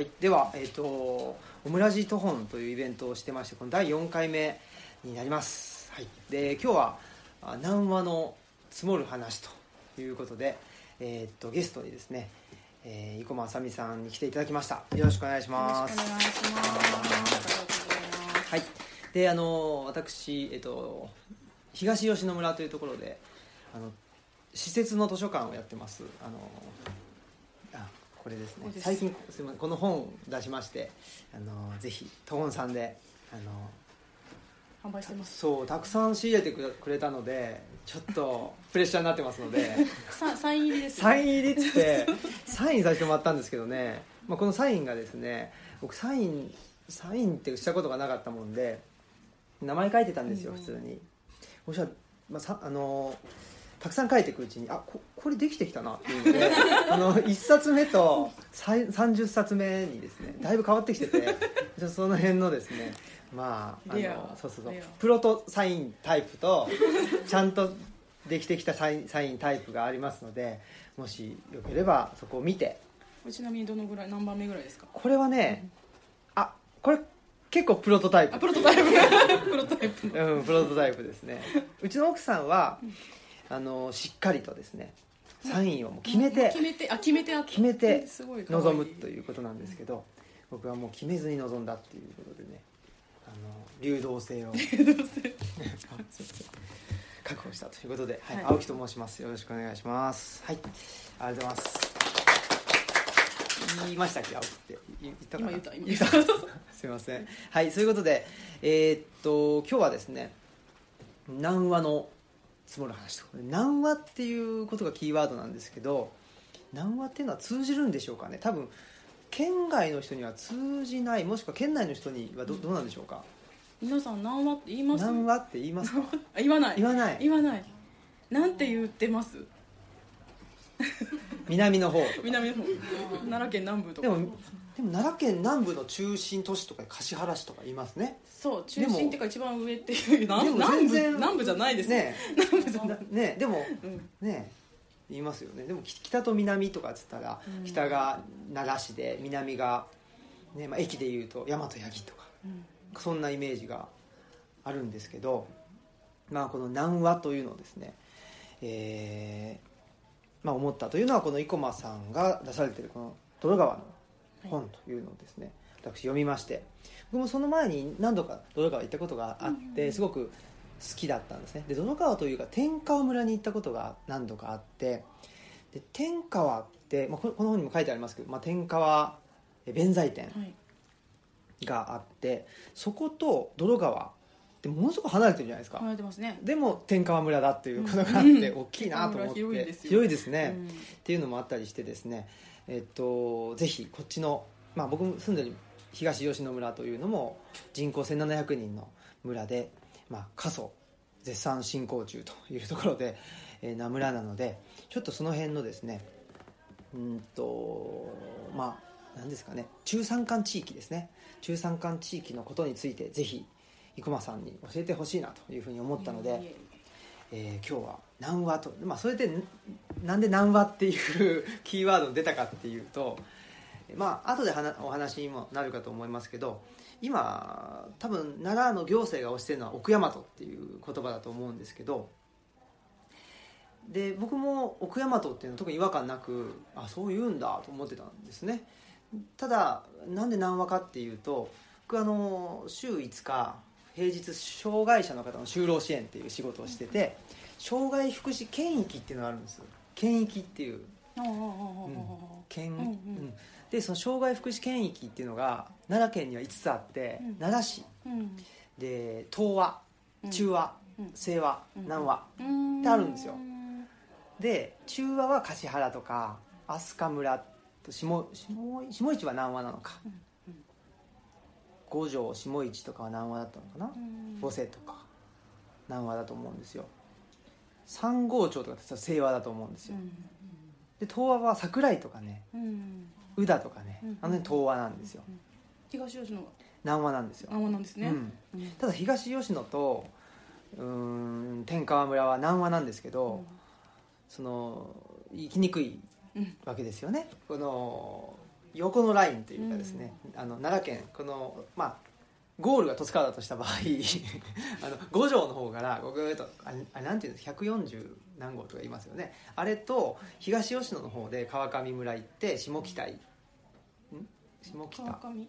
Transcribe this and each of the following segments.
、では、オムラジトホンというイベントをしてまして、この第4回目になります、はい、で今日は南和の積もる話ということで、ゲストにですね、生駒あさみさんに来ていただきました。よろしくお願いします。 よろしくお願いします。 はい、で私、東吉野村というところで施設の図書館をやってます。これですね、最近すみません、この本出しまして、ぜひトホンさんで販売してます。 そうたくさん仕入れてくれたので、ちょっとプレッシャーになってますのでサイン入りです、ね、 サイン入りってサインさせてもらったんですけどね、このサインがですね、僕サインってしたことがなかったもんで名前書いてたんですよ、普通に。そしたら、たくさん書いていくうちにこれできてきたなっていうので1冊目と30冊目にですねだいぶ変わってきててその辺のですね、そうプロトサインタイプとちゃんとできてきたサインタイプがありますので、もしよければそこを見て。 ちなみにどのぐらい、何番目ぐらいですか？ これはね、これ結構プロトタイプ。 プロトタイププロトタイププロトタイプですね。うちの奥さんはしっかりとですねサインをもう決めて臨むということなんですけど、僕はもう決めずに臨んだっていうことでね、流動性を確保したということで、はい、青木と申します。よろしくお願いします。はい、ありがとうございます。言いましたっけ、青木って言ったかな。 今言ったすいません。はい、そういうことで今日はですね、南和の積もる話と。南和っていうことがキーワードなんですけど、南和っていうのは通じるんでしょうかね。多分県外の人には通じない、もしくは県内の人にはどうなんでしょうか。 皆さん南和って言います？ 南和って言いますか？ 言わない 。 なんて言ってます？ 南の方とか奈良県南部とか。 でも奈良県南部の中心都市とか橿原市とか言いますね。 そう、中心っていうか一番上っていう。南部じゃないですね。南部じゃないね。でも、ね言いますよね。でも北と南とかっつったら、北が奈良市で南が、ね駅でいうと大和八木とか、そんなイメージがあるんですけど、この南和というのをですね、思ったというのは、この生駒さんが出されているこの泥川の本というのをですね、私読みまして、僕もその前に何度か泥川行ったことがあって、すごく好きだったんですね。で、泥川というか天川村に行ったことが何度かあって、で天川って、この本にも書いてありますけど、天川弁財天があって、そこと泥川でものすごく離れてるじゃないですか。 離れてますね。 でも天川村だっていうことがあって、大きいなと思って。 広いですよ。 広いですね、っていうのもあったりしてですね、ぜひこっちの、僕も住んでる東吉野村というのも人口1700人の村で、過疎絶賛進行中というところで、な村なので、ちょっとその辺のですね、何ですかね、中山間地域ですね、中山間地域のことについてぜひ生駒さんに教えてほしいなというふうに思ったので、今日は南和と、それでなんで南和っていうキーワードが出たかっていうと、後でお話にもなるかと思いますけど、今多分奈良の行政が推してるのは奥大和っていう言葉だと思うんですけど、で僕も奥大和っていうのは特に違和感なく、そう言うんだと思ってたんですね。ただなんで南和かっていうと、僕週5日平日障害者の方の就労支援っていう仕事をしてて、障害福祉県域っていうのがあるんですよ。県域っていうで、その障害福祉県域っていうのが奈良県には5つあって、奈良市、で東和、中和、西和、南和ってあるんですよ。で中和は橿原とか飛鳥村と下市は南和なのか、五条下市とかは南和だったのかな、五瀬とか南和だと思うんですよ。三郷町とかって西和だと思うんですよ。で東和は桜井とかね、宇田とかね、東和なんですよ。 東吉野が南和なんですよ。 南和なんですね。 ただ東吉野と天川村は南和なんですけど、その行きにくいわけですよね。この横のラインというかですね、奈良県このゴールが十津川だとした場合五条の方からぐーっとなんていうんですか、140何号とか言いますよね。あれと東吉野の方で川上村行って下北上北上上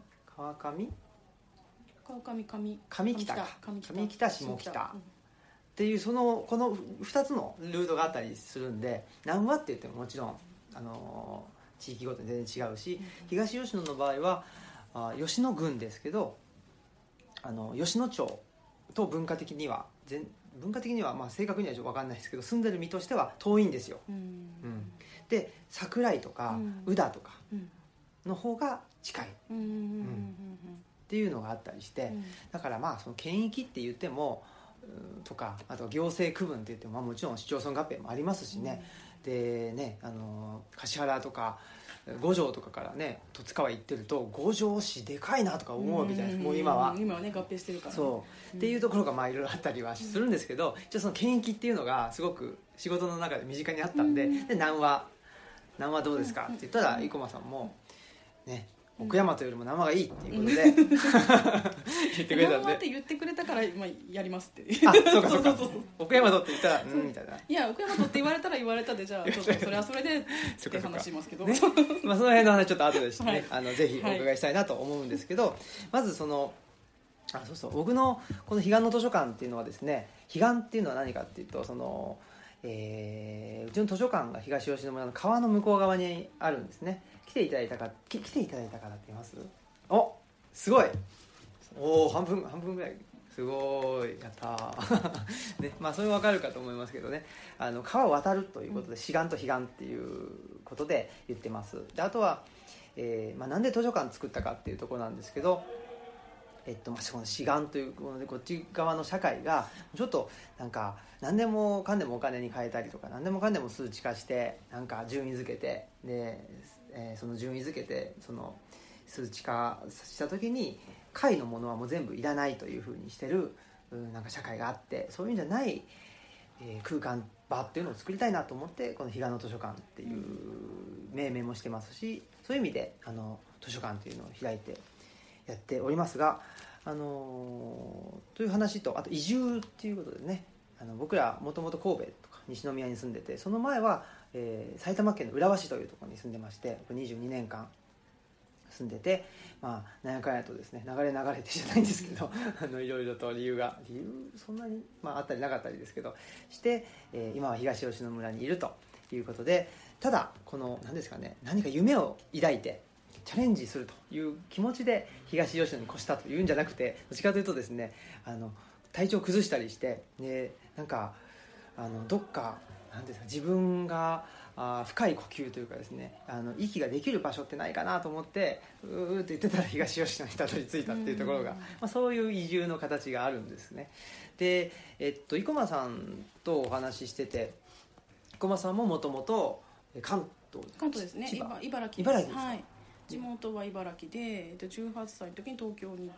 北下北っていうこの2つのルートがあったりするんで、南和って言ってももちろん地域ごとに全然違うし、東吉野の場合は吉野郡ですけど吉野町と文化的には正確にはちょっと分かんないですけど、住んでる身としては遠いんですよ、で桜井とか宇田とかの方が近い、っていうのがあったりして、だからその県域って言ってもとか、あと行政区分って言ってももちろん市町村合併もありますしね、でね橿原とか五条とかからね十津川行ってると五条市でかいなとか思うわけじゃないですか。もう今はね合併してるから、ね、 そうっていうところがいろいろあったりはするんですけど、一応その県域っていうのがすごく仕事の中で身近にあったんで、で南和どうですかって言ったら生駒さんもね、奥大和よりも生がいいっていうことで言ってくれたんで、 生って言ってくれたからやりますってそうか奥大和って言ったらみたいな、 いや奥大和って言われたら言われたで、じゃあちょっとそれはそれでって話しますけど、ね、 その辺の話ちょっと後でね、ぜひお伺いしたいなと思うんですけど、まず僕のこの彼岸の図書館っていうのはですね、彼岸っていうのは何かっていうとうちの図書館が東吉野村の川の向こう側にあるんですね。来ていただいた方って言います？お、すごい。半分ぐらい。すごい、やったーね、それ分かるかと思いますけどね、川を渡るということで、志願と彼岸っていうことで言ってます。であとは、なんで図書館作ったかっていうところなんですけど、その志願ということで、こっち側の社会がちょっと何でもかんでもお金に変えたりとか、何でもかんでも数値化して順位付けて、でその順位付けてその数値化した時に下位のものはもう全部いらないというふうにしてる社会があって、そういうんじゃない、空間場っていうのを作りたいなと思って、この彼岸の図書館っていう命名もしてますし、そういう意味で図書館っていうのを開いてやっておりますが、という話と、あと移住っていうことでね、僕らもともと神戸とか西宮に住んでて、その前は、埼玉県の浦和市というところに住んでまして、22年間住んでて、なんやかんやとですね、流れてじゃないんですけどいろいろと理由そんなに、あったりなかったりですけどして、今は東吉野村にいるということで、ただこの何ですかね、何か夢を抱いてチャレンジするという気持ちで東吉野に越したというんじゃなくて、どっちかというとですね、体調崩したりして、でどっかなんですか、自分が深い呼吸というかですね、息ができる場所ってないかなと思ってうーって言ってたら東吉野にたどり着いたっていうところが、そういう移住の形があるんですね。で、生駒さんとお話ししてて、生駒さんももともと関東ですね、茨城です、はい、地元は茨城で18歳の時に東京に行って、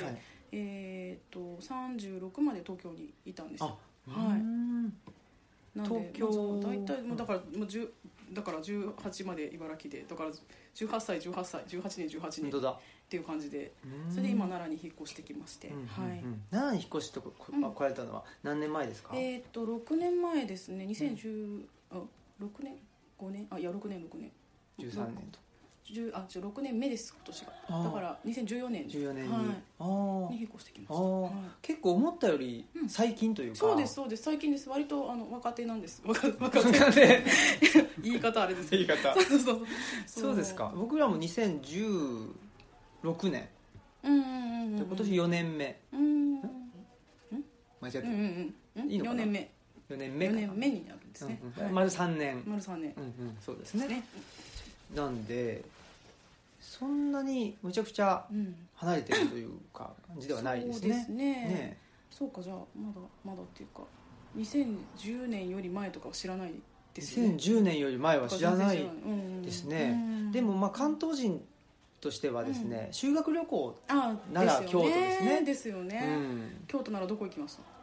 はい、36まで東京にいたんですよ。なんで東京大体だから18まで茨城で、だから18歳18年っていう感じで、それで今奈良に引っ越してきまして、 奈良に引っ越して来られたのは何年前ですか ？6年前ですね。2016年5年6年 13年と 6年目です、今年が。だから2014年に、に引っ越してきました。 結構思ったより最近というか、 そうです最近です。割と若手なんです。若手言い方あれです。 言い方そうですか。僕らも2016年、今年4年目、間違ってる、いいのかな、4年目になるんですね。 丸3年、そうですね。なんでそんなにむちゃくちゃ離れてるというか感じではないですね。 そうですね。そうか、じゃあまだっていうか2010年より前とかは知らないですね。 2010年より前は知らないですね。でも関東人としてはですね、修学旅行なら京都ですね。 ですよね。京都ならどこ行きました？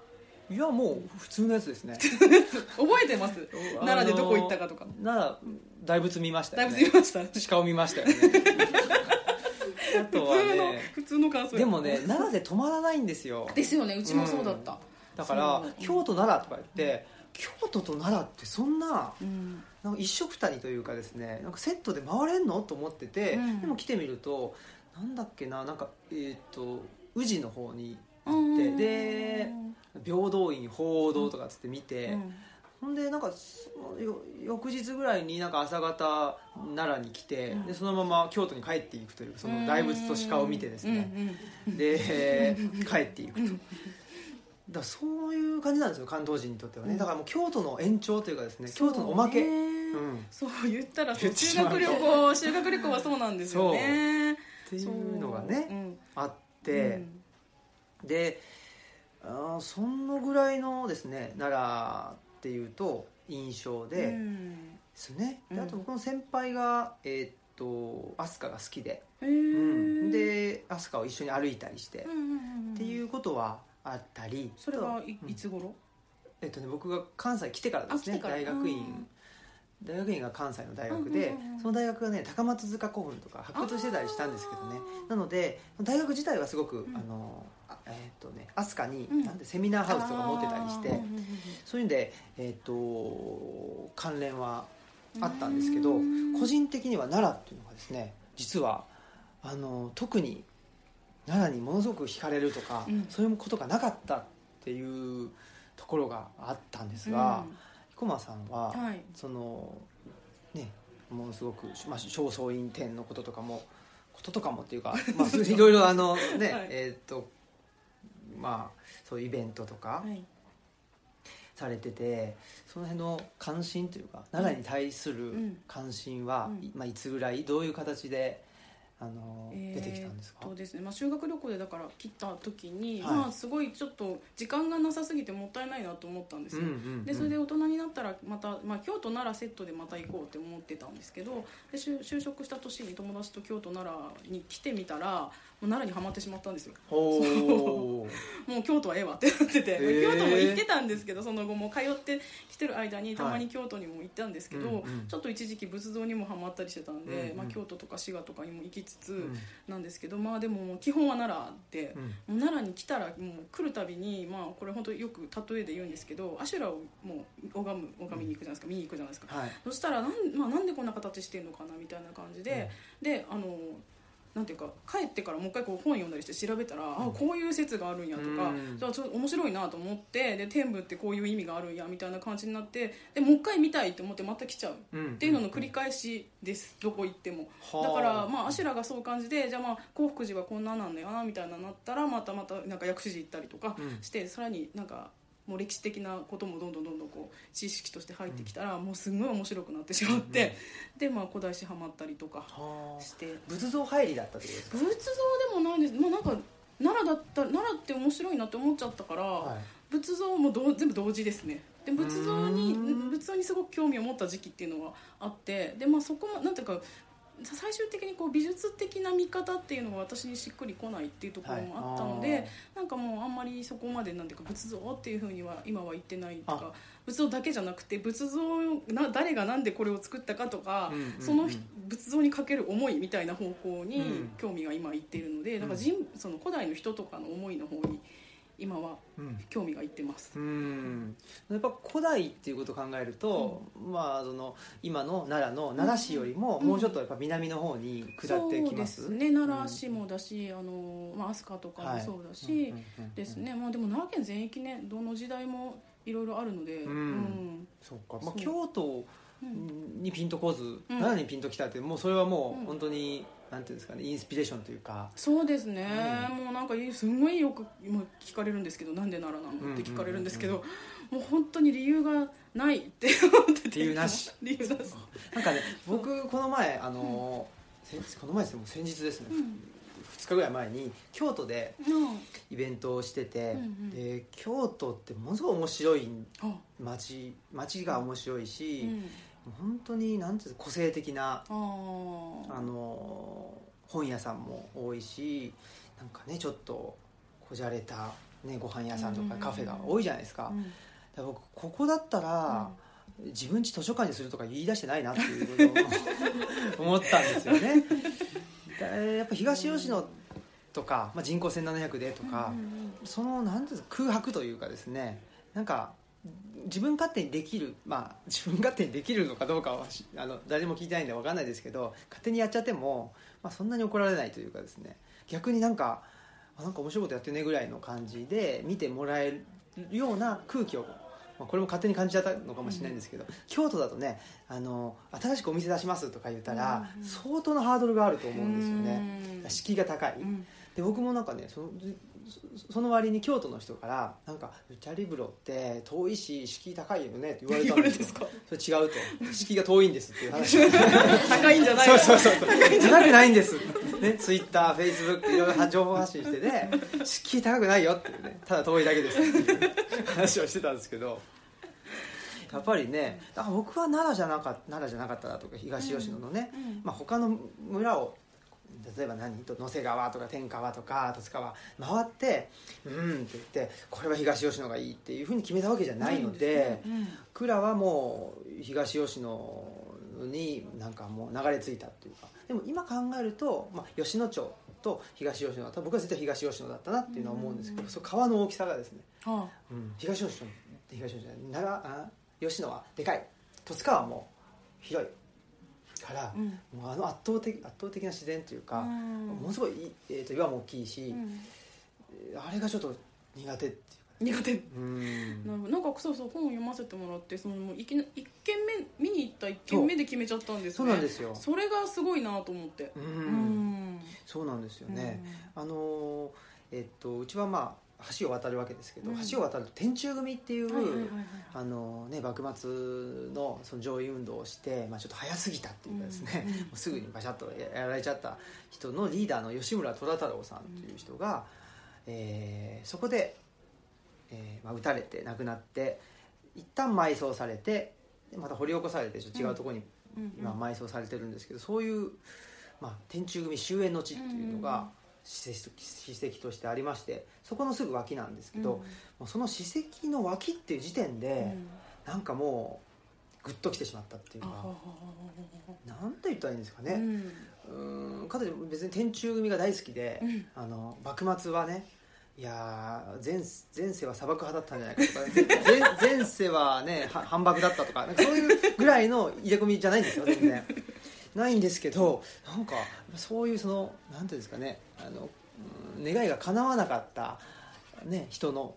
いやもう普通のやつですね覚えてます？奈良でどこ行ったかとか。 奈良大仏見ましたよね。 大仏見ました。 鹿を見ましたよねあとはね、 普通の感想。 でもね奈良で止まらないんですよ。 ですよね、うちもそうだった、 だから京都奈良とか言って、京都と奈良ってそんな、なんか一緒くたにというかですね、なんかセットで回れんのと思ってて、でも来てみるとなんだっけな、なんか宇治の方に行って、で平等院鳳凰堂とかつって見て、ほんでなんか翌日ぐらいになんか朝方奈良に来て、でそのまま京都に帰っていくという、その大仏と鹿を見てですね、で帰っていくと。だからそういう感じなんですよ、関東人にとってはね。だからもう京都の延長というかですね、京都のおまけ、 そう言ったら、修学旅行はそうなんですよねっていうのがね、あって、でそのぐらいのですね奈良っていうと印象でですね。であと僕の先輩が飛鳥が好きで、で飛鳥を一緒に歩いたりして、っていうことはあったり。 それはいつ頃？ 僕が関西来てからですね。大学院が関西の大学で、その大学がね高松塚古墳とか発掘してたりしたんですけどね。なので大学自体はすごく飛鳥になんでセミナーハウスとか持ってたりして、そういうんで関連はあったんですけど、個人的には奈良っていうのがですね、実は特に奈良にものすごく惹かれるとか、そういうことがなかったっていうところがあったんですが、生駒さんは、そのねものすごく、正倉院展のこととかもっていうか、いろいろそういうイベントとかされてて、その辺の関心というか奈良に対する関心は、いつぐらいどういう形で出てきたんですか？ ですね、修学旅行でだから来た時に、すごいちょっと時間がなさすぎてもったいないなと思ったんですよ。でそれで大人になったらまた、京都奈良セットでまた行こうって思ってたんですけど、で就職した年に友達と京都奈良に来てみたら、もう奈良にはまってしまったんですよ。もう京都はええわってなってて、京都も行ってたんですけど、その後も通ってきてる間にたまに京都にも行ったんですけど、ちょっと一時期仏像にもハマったりしてたんで、京都とか滋賀とかにも行きつつなんですけど、でも基本は奈良で、もう奈良に来たらもう来るたびに、これ本当よく例えで言うんですけど、阿修羅をもう拝みに行くじゃないですか、見に行くじゃないですか、そしたらなんでこんな形してんのかなみたいな感じで、でなんていうか、帰ってからもう一回こう本読んだりして調べたら、こういう説があるんやとか、じゃあちょっと面白いなと思って、で天部ってこういう意味があるんやみたいな感じになって、でもう一回見たいと思ってまた来ちゃうっていうのの繰り返しです、どこ行っても。だから阿修羅がそういう感じで、じゃあ興福寺はこんななんだよなみたいななったら、またなんか薬師寺行ったりとかして、さらになんかもう歴史的なこともどんどんこう知識として入ってきたら、もうすごい面白くなってしまって、で古代史ハマったりとかして。 仏像入りだったってことですか？ 仏像でもないです。なんか奈良って面白いなって思っちゃったから、仏像も全部同時ですね。で仏像にすごく興味を持った時期っていうのがあって、でそこもなんていうか、最終的にこう美術的な見方っていうのが私にしっくりこないっていうところもあったので、なんかもうあんまりそこまでなんていうか仏像っていうふうには今は言ってないとか、仏像だけじゃなくて仏像誰がなんでこれを作ったかとか、その仏像にかける思いみたいな方向に興味が今いっているので、だからその古代の人とかの思いの方に今は興味がいってます。 やっぱ古代っていうことを考えると、その今の奈良の奈良市よりももうちょっとやっぱ南の方に下ってきます。 そうですね、奈良市もだし、飛鳥とかもそうだしですね。でも奈良県全域ね、どの時代もいろいろあるので、 そうか。京都にピンとこず、奈良にピンときたって、もうそれはもう本当になんていうんですかね、インスピレーションというか。 そうですね、もうなんかすごいよく聞かれるんですけど、なんで奈良なのって聞かれるんですけど、もう本当に理由がないって思ってて、 理由なしなんかね、僕この前この前ですね、もう先日ですね、2日ぐらい前に京都でイベントをしてて、で京都ってものすごい面白い街が面白いし、本当になんていう個性的な本屋さんも多いし、なんかねちょっとこじゃれたね、ご飯屋さんとかカフェが多いじゃないですか。だから僕ここだったら、自分家図書館にするとか言い出してないなっていうことを思ったんですよね。やっぱ東吉野とか、人口1700でとか、そのなんていう空白というかですね、なんか自分勝手にできる、自分勝手にできるのかどうかは誰も聞いてないんで分かんないですけど、勝手にやっちゃっても、そんなに怒られないというかですね、逆になんか面白いことやってねぐらいの感じで見てもらえるような空気を、これも勝手に感じちゃったのかもしれないんですけど、京都だとね、新しくお店出しますとか言ったら、相当なハードルがあると思うんですよね。敷居が高い、で僕もなんかね、その割に京都の人からなんかルチャリブロって遠いし敷居高いよねって言われたんですよ。それ違うと、敷居が遠いんですっていう話高いんじゃないの。 そう高くないんですね、ツイッター、フェイスブックいろいろ情報発信してね、敷居高くないよっていうね、ただ遠いだけですっていう話をしてたんですけど、やっぱりね、だから僕は奈良じゃなかったらとか東吉野のね、他の村を例えば野瀬川とか天川とか十津川回ってって言ってこれは東吉野がいいっていうふうに決めたわけじゃないので、蔵はもう東吉野になんかもう流れ着いたっていうか、でも今考えると、吉野町と東吉野だったら僕は絶対東吉野だったなっていうのは思うんですけど、その川の大きさがですね、東吉野吉野はでかい、十津川も広いから、もう圧倒的な自然というか、ものすごい、岩も大きいし、あれがちょっと苦手っていうか、 なんかそう本を読ませてもらって、1軒目見に行った1軒目で決めちゃったんですね。 そうなんですよ。 それがすごいなと思って。 そうなんですよね。うちは橋を渡るわけですけど、橋を渡ると天中組っていう幕末のその上位運動をして、ちょっと早すぎたっていうかですね、もうすぐにバシャッとやられちゃった人のリーダーの吉村虎太郎さんっていう人が、そこで、撃たれて亡くなって、一旦埋葬されてまた掘り起こされてちょっと違うところに今埋葬されてるんですけど、そういう、天中組終焉の地っていうのが史跡としてありまして、そこのすぐ脇なんですけど、もうその史跡の脇っていう時点で、なんかもうグッときてしまったっていうか、なんて言ったらいいんですかね、かといって別に天中組が大好きで、幕末はね、いや前世は砂漠派だったんじゃないかとか前世はね反幕だったとか、そういうぐらいの入れ込みじゃないんですよ、全然ないんですけど、なんかそういうなんていうんですかね、願いが叶わなかった、人の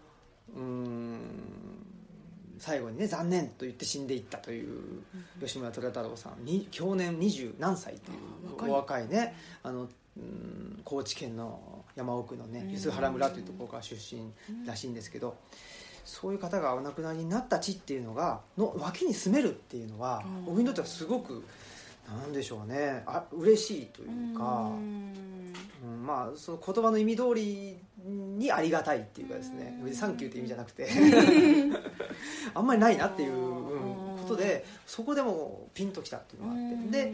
最後にね残念と言って死んでいったという吉村虎太郎さんに、去年20何歳というお若いね、高知県の山奥のね梼原村というところから出身らしいんですけど、そういう方がお亡くなりになった地っていうの脇に住めるっていうのは、僕にとってはすごくなんでしょうね、嬉しいというか、その言葉の意味通りにありがたいっていうかですね、サンキューって意味じゃなくてあんまりないなっていうことで、そこでもピンときたっていうのがあって、で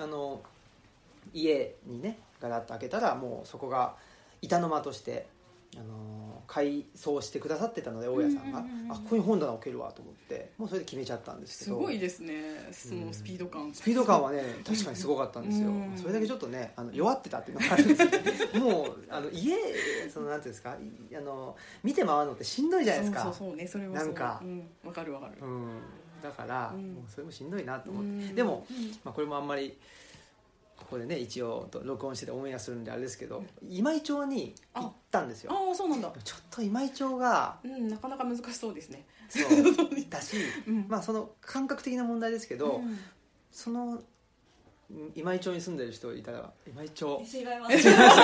家にねガラッと開けたら、もうそこが板の間として改装してくださってたので、大家さんが、ここに本棚置けるわと思って、もうそれで決めちゃったんですけど、 すごいですね、そのスピード感はね確かにすごかったんですよ。それだけちょっとね弱ってたっていうのがあるんですけどもう家なんていうんですか、見て回るのってしんどいじゃないですか。 そうね、それはそう、なんかわかる、 だから、もうそれもしんどいなと思って、でも、これもあんまりここでね一応録音しててオンエアするんであれですけど、今井町に行ったんですよ。 そうなんだ。 ちょっと今井町が、 なかなか難しそうですね。 そうだし、その感覚的な問題ですけど、その今井町に住んでる人いたら、今井町違います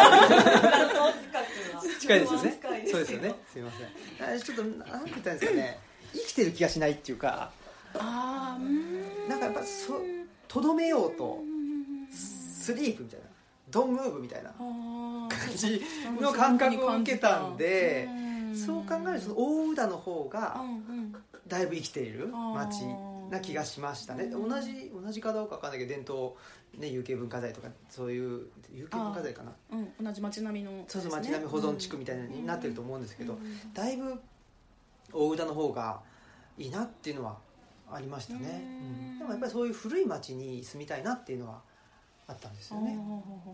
近いですよね。そうですよね、すいません。ちょっとなんて言ったんですかね、生きてる気がしないっていうか、なんかやっぱとどめようとスリープみたいな、ドンムーブみたいな感じの感覚を受けたんで、そう考えると大宇田の方がだいぶ生きている街な気がしましたね。同じかどうか分かんないけど伝統ね、有形文化財とかそういう有形文化財かな、 同じ町並みの、ね、 そうそう町並み保存地区みたいになってると思うんですけど、だいぶ大宇田の方がいいなっていうのはありましたね、でもやっぱりそういう古い町に住みたいなっていうのはあったんですよね。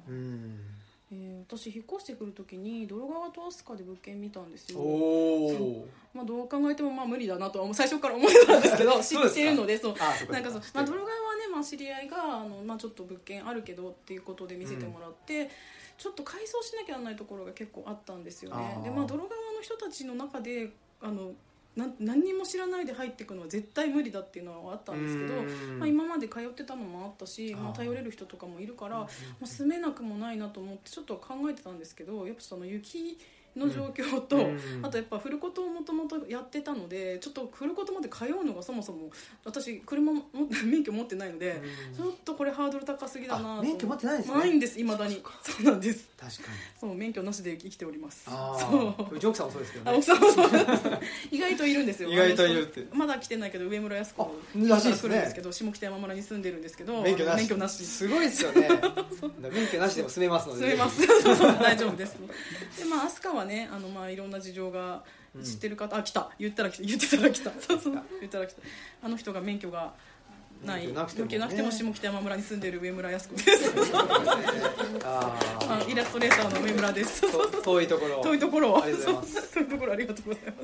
私引っ越してくるときに泥川と飛鳥で物件見たんですよ。まあ、どう考えてもまあ無理だなとは最初から思ってたんですけど知ってるのでそうなんかそう、まあ、泥川はね、まあ、知り合いがまあ、ちょっと物件あるけどっていうことで見せてもらって、ちょっと改装しなきゃならないところが結構あったんですよね。で、まあ、泥川の人たちの中で何にも知らないで入っていくのは絶対無理だっていうのはあったんですけど、まあ、今まで通ってたのもあったし、まあ、頼れる人とかもいるから、まあ、住めなくもないなと思ってちょっと考えてたんですけど、やっぱその雪の状況と、あとやっぱフルコトをもともとやってたので、ちょっとフルコトまで通うのがそもそも私免許持ってないので、ちょっとこれハードル高すぎだなと。 免許持ってないんですね。 ないんです、未だに。そうなんです。 確かにそう免許なしで生きております。 そううち奥さんもそうですけどね。 奥さんもそうです意外といるんですよ。 意外といるって。 まだ来てないけど上村康子らしいですね。 来るんですけど、下北山村に住んでるんですけど、 免許なしすごいですよね。免許なしでも住めますので。 住めますそう大丈夫です。で、まあ飛鳥はね、まあいろんな事情が知ってる方、来た言ってたら来たそう言ったら来た、あの人が免許がない免許なくても下北山村に住んでいる上村康子ですイラストレーターの上村です。 遠いところありがとうございます。 遠いところありがとうございます。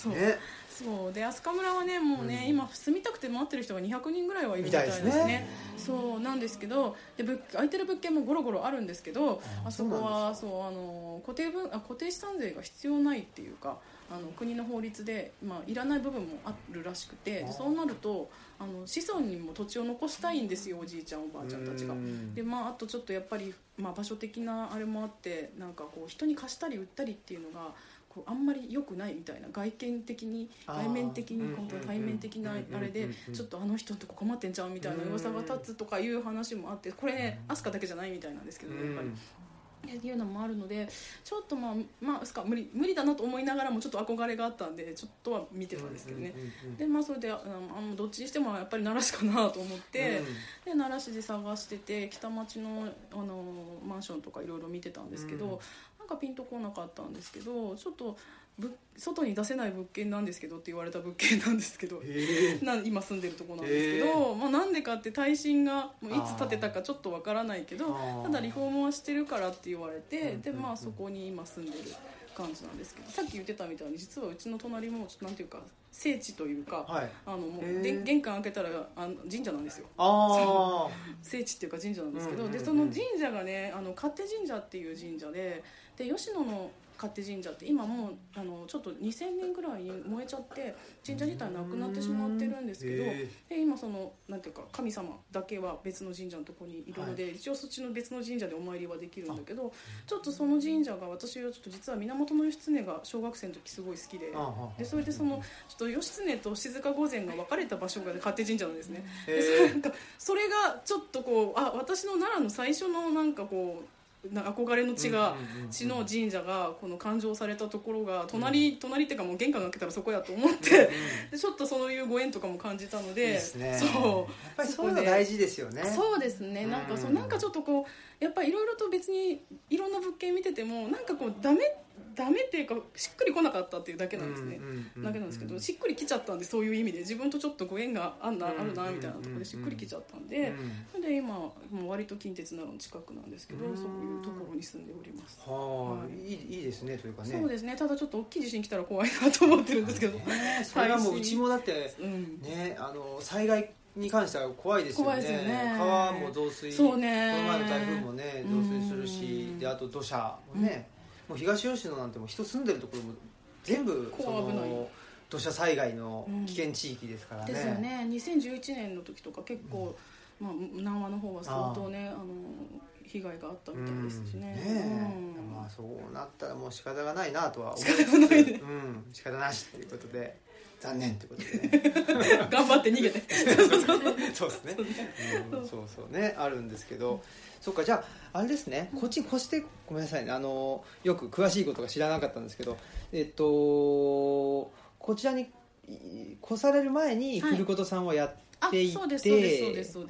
そうね。 そうで飛鳥村はねもうね、今住みたくて待ってる人が200人ぐらいはいるみたいですね。そうなんですけど、で空いてる物件もゴロゴロあるんですけど、あそこはそう固定資産税が必要ないっていうか、国の法律で、まあ、いらない部分もあるらしくて、でそうなると子孫にも土地を残したいんですよ、おじいちゃんおばあちゃんたちが。で、まあ、あとちょっとやっぱり、まあ、場所的なあれもあって、なんかこう人に貸したり売ったりっていうのがこうあんまり良くないみたいな、外面的に本当対面的なあれでちょっとあの人のとこ困ってんちゃうみたいな噂が立つとかいう話もあって、これね飛鳥だけじゃないみたいなんですけど、やっぱり。っていうのもあるので、ちょっとまあ無理だなと思いながらもちょっと憧れがあったんでちょっとは見てたんですけどね。でまあそれでどっちにしてもやっぱり奈良市かなと思って、で奈良市で探してて北町のマンションとかいろいろ見てたんですけど、なんかピンとこなかったんですけど、ちょっと外に出せない物件なんですけどって言われた物件なんですけど、今住んでるとこなんですけど、まあ、なんでかって耐震がいつ建てたかちょっとわからないけど、ただリフォームはしてるからって言われて、でまあそこに今住んでる感じなんですけど、さっき言ってたみたいに実はうちの隣もちょっとなんていうか聖地というか、もう玄関開けたら神社なんですよ。聖地っていうか神社なんですけど、でその神社がね勝手神社っていう神社で吉野の勝手神社って今もうちょっと2000年ぐらいに燃えちゃって神社自体なくなってしまってるんですけど、で今そのなんていうか神様だけは別の神社のところにいるので、一応そっちの別の神社でお参りはできるんだけど、ちょっとその神社が私はちょっと実は源義経が小学生の時すごい好きで、でそれでそのちょっと義経と静御前が分かれた場所が勝手神社なんですね。でそれがちょっとこう私の奈良の最初のなんかこう憧れの地の神社がこの誕生されたところが隣っていうかもう玄関が開けたらそこやと思って、でちょっとそういうご縁とかも感じたので、 いいですね。そうやっぱりそういうの大事ですよね。 そうですね。なんかちょっとこうやっぱりいろいろと別にいろんな物件見ててもなんかこうダメっていうかしっくりこなかったっていうだけなんですね。だけなんですけど、しっくりきちゃったんで、そういう意味で自分とちょっとご縁があるなみたいなところでしっくりきちゃったんで、で今もう割と近鉄奈良の近くなんですけど、そういうところに住んでおります。 いいですねというかね。 そうですね。ただちょっと大きい地震来たら怖いなと思ってるんですけど、 それはもううちもだってね災害に関しては怖いですよね。川も増水、この前の台風もね増水するし、であと土砂もね、もう東吉野なんてもう人住んでるところも全部その土砂災害の危険地域ですからね。 ですよね。2011年の時とか結構、南和の方は相当ね被害があったみたいですしね。 まあそうなったらもう仕方がないなとは思いつつ、仕方なしということで残念ということでね頑張って逃げてそうですね。そうねあるんですけど、そっか、じゃああれですね、こっちに越してごめんなさいね、よく詳しいことが知らなかったんですけど、こちらに越される前にフルコトさんはやっていて、 そうです。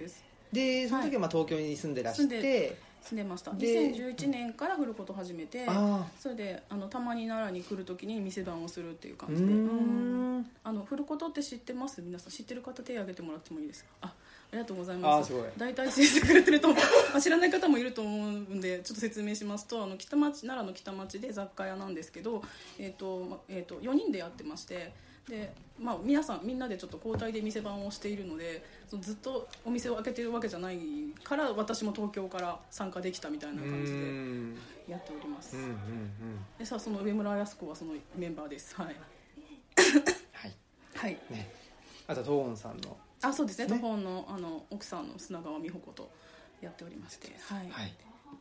でその時は東京に住んでらして、 住んでました。2011年から振ること始めて、それでたまに奈良に来る時に店番をするっていう感じで、振ることって知ってます？皆さん知ってる方手を挙げてもらってもいいですか？ありがとうございます。大体知ってくれてると知らない方もいると思うんでちょっと説明しますと、奈良の北町で雑貨屋なんですけど、4人でやってまして、で皆さんみんなでちょっと交代で店番をしているので、ずっとお店を開けてるわけじゃないから私も東京から参加できたみたいな感じでやっております。でその上村靖子はそのメンバーです。はいはいね、あと東本さんのそうですね、東本の奥さんの砂川美穂子とやっておりまして、はい、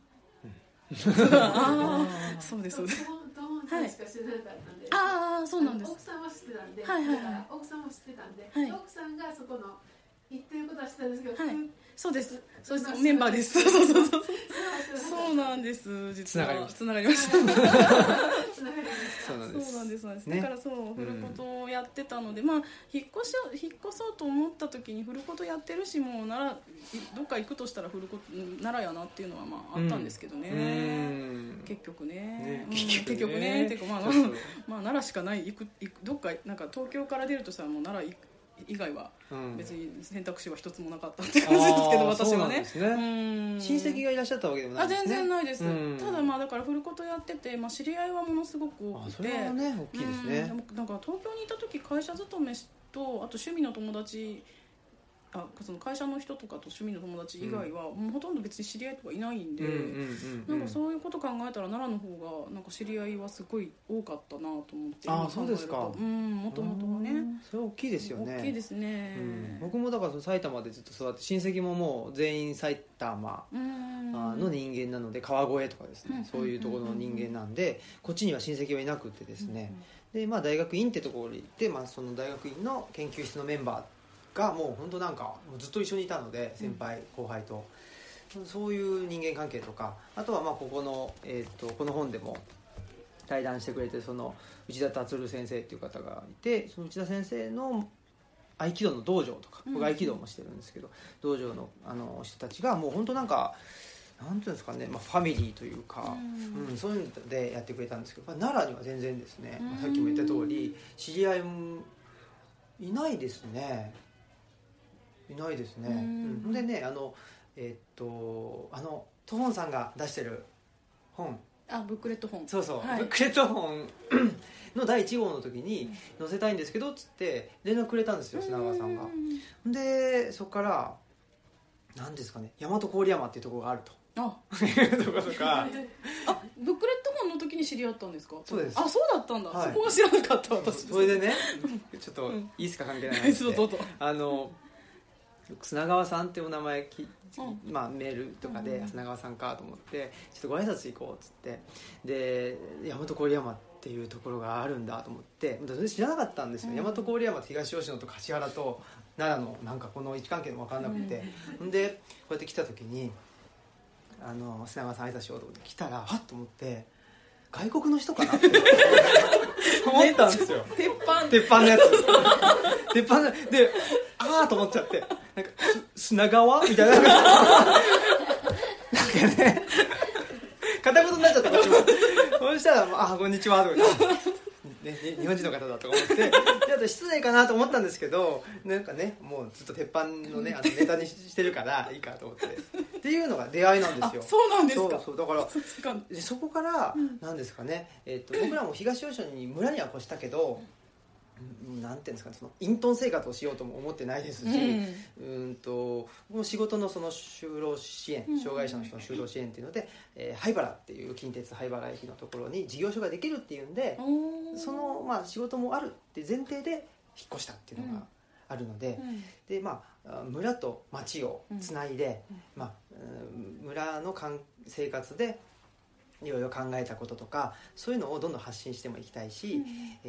そうですそうです。 はい、しか知らなかったんで、 そうなんです。 奥さんは知ってたんで、奥さんも知ってたんで、奥さんがそこの言ってることは知ってたんですけど、 そうです、そうです、メンバーです。そうなんです。実はつながりました。そうなんです。だから振ることをやってたので、引っ越そうと思った時に振ることやってるし、もうどっか行くとしたら振ること奈良やなっていうのはあったんですけどね。結局ねっていうか奈良しかない。どっかなんか東京から出るとしたらもう奈良以外は別に選択肢は一つもなかったって感じですけど、私はね。 親戚がいらっしゃったわけでもないですね。 全然ないです。ただだから振ることやってて、知り合いはものすごく多くて、 それはね大きいですね。 なんか東京にいた時会社勤めと、あと趣味の友達、その会社の人とかと趣味の友達以外は、もうほとんど別に知り合いとかいないんで、なんかそういうこと考えたら奈良の方がなんか知り合いはすごい多かったなと思って。 そうですか。 もともとはね。 それ大きいですよね。 大きいですね。 僕もだから埼玉でずっと育って、親戚ももう全員埼玉の人間なので、川越とかですね、そういうところの人間なんで、こっちには親戚はいなくてですね、で大学院ってところに行って、その大学院の研究室のメンバーがもう本当なんかもうずっと一緒にいたので、先輩後輩とそういう人間関係とか、あとはここの、この本でも対談してくれてその内田達先生っていう方がいて、その内田先生の合気道の道場とか、僕合気道もしてるんですけど、道場の人たちがもう本当なんかなんていうんですかね、ファミリーというか、そういうのでやってくれたんですけど、奈良には全然ですね、さっきも言った通り知り合いもいないですね。でね、トホンさんが出してる本、 ブックレット本、 ブックレット本の第1号の時に載せたいんですけどっつって連絡くれたんですよ、砂川さんが。でそこから何ですかね、大和郡山っていうところがあるというところとかブックレット本の時に知り合ったんですか？ そうです。 そうだったんだ、そこは知らなかった私。 それでね、ちょっといいですか、関係ない話で砂川さんってお名前メールとかで砂川さんかと思って、ちょっとご挨拶行こうっつって、で大和郡山っていうところがあるんだと思って、知らなかったんですよ。大和郡山と東吉野と橿原と奈良のなんかこの位置関係も分かんなくて、でこうやって来た時に砂川さん挨拶しようと思って来たら、はっと思って、外国の人かなって思ったんですよ。鉄板のやつ鉄板でと思っちゃって、なんか砂川みたいななんかね片言になっちゃったこっちも。そしたらこんにちはとか日本人の方だとか思ってちょっと失礼かなと思ったんですけど、なんかねもうずっと鉄板のねネタにしてるからいいかと思ってっていうのが出会いなんですよ。 そうなんですか。 そうだからそこからなんですかね、僕らも東吉野に村には越したけど、なんていうんですかね、その隠遁生活をしようとも思ってないですし、もう仕事のその就労支援、障害者の人の就労支援っていうので、灰原っていう近鉄灰原駅のところに事業所ができるっていうんで、その仕事もあるって前提で引っ越したっていうのがあるので、で村と町をつないで、村の生活でいろいろ考えたこととか、そういうのをどんどん発信してもいきたいし、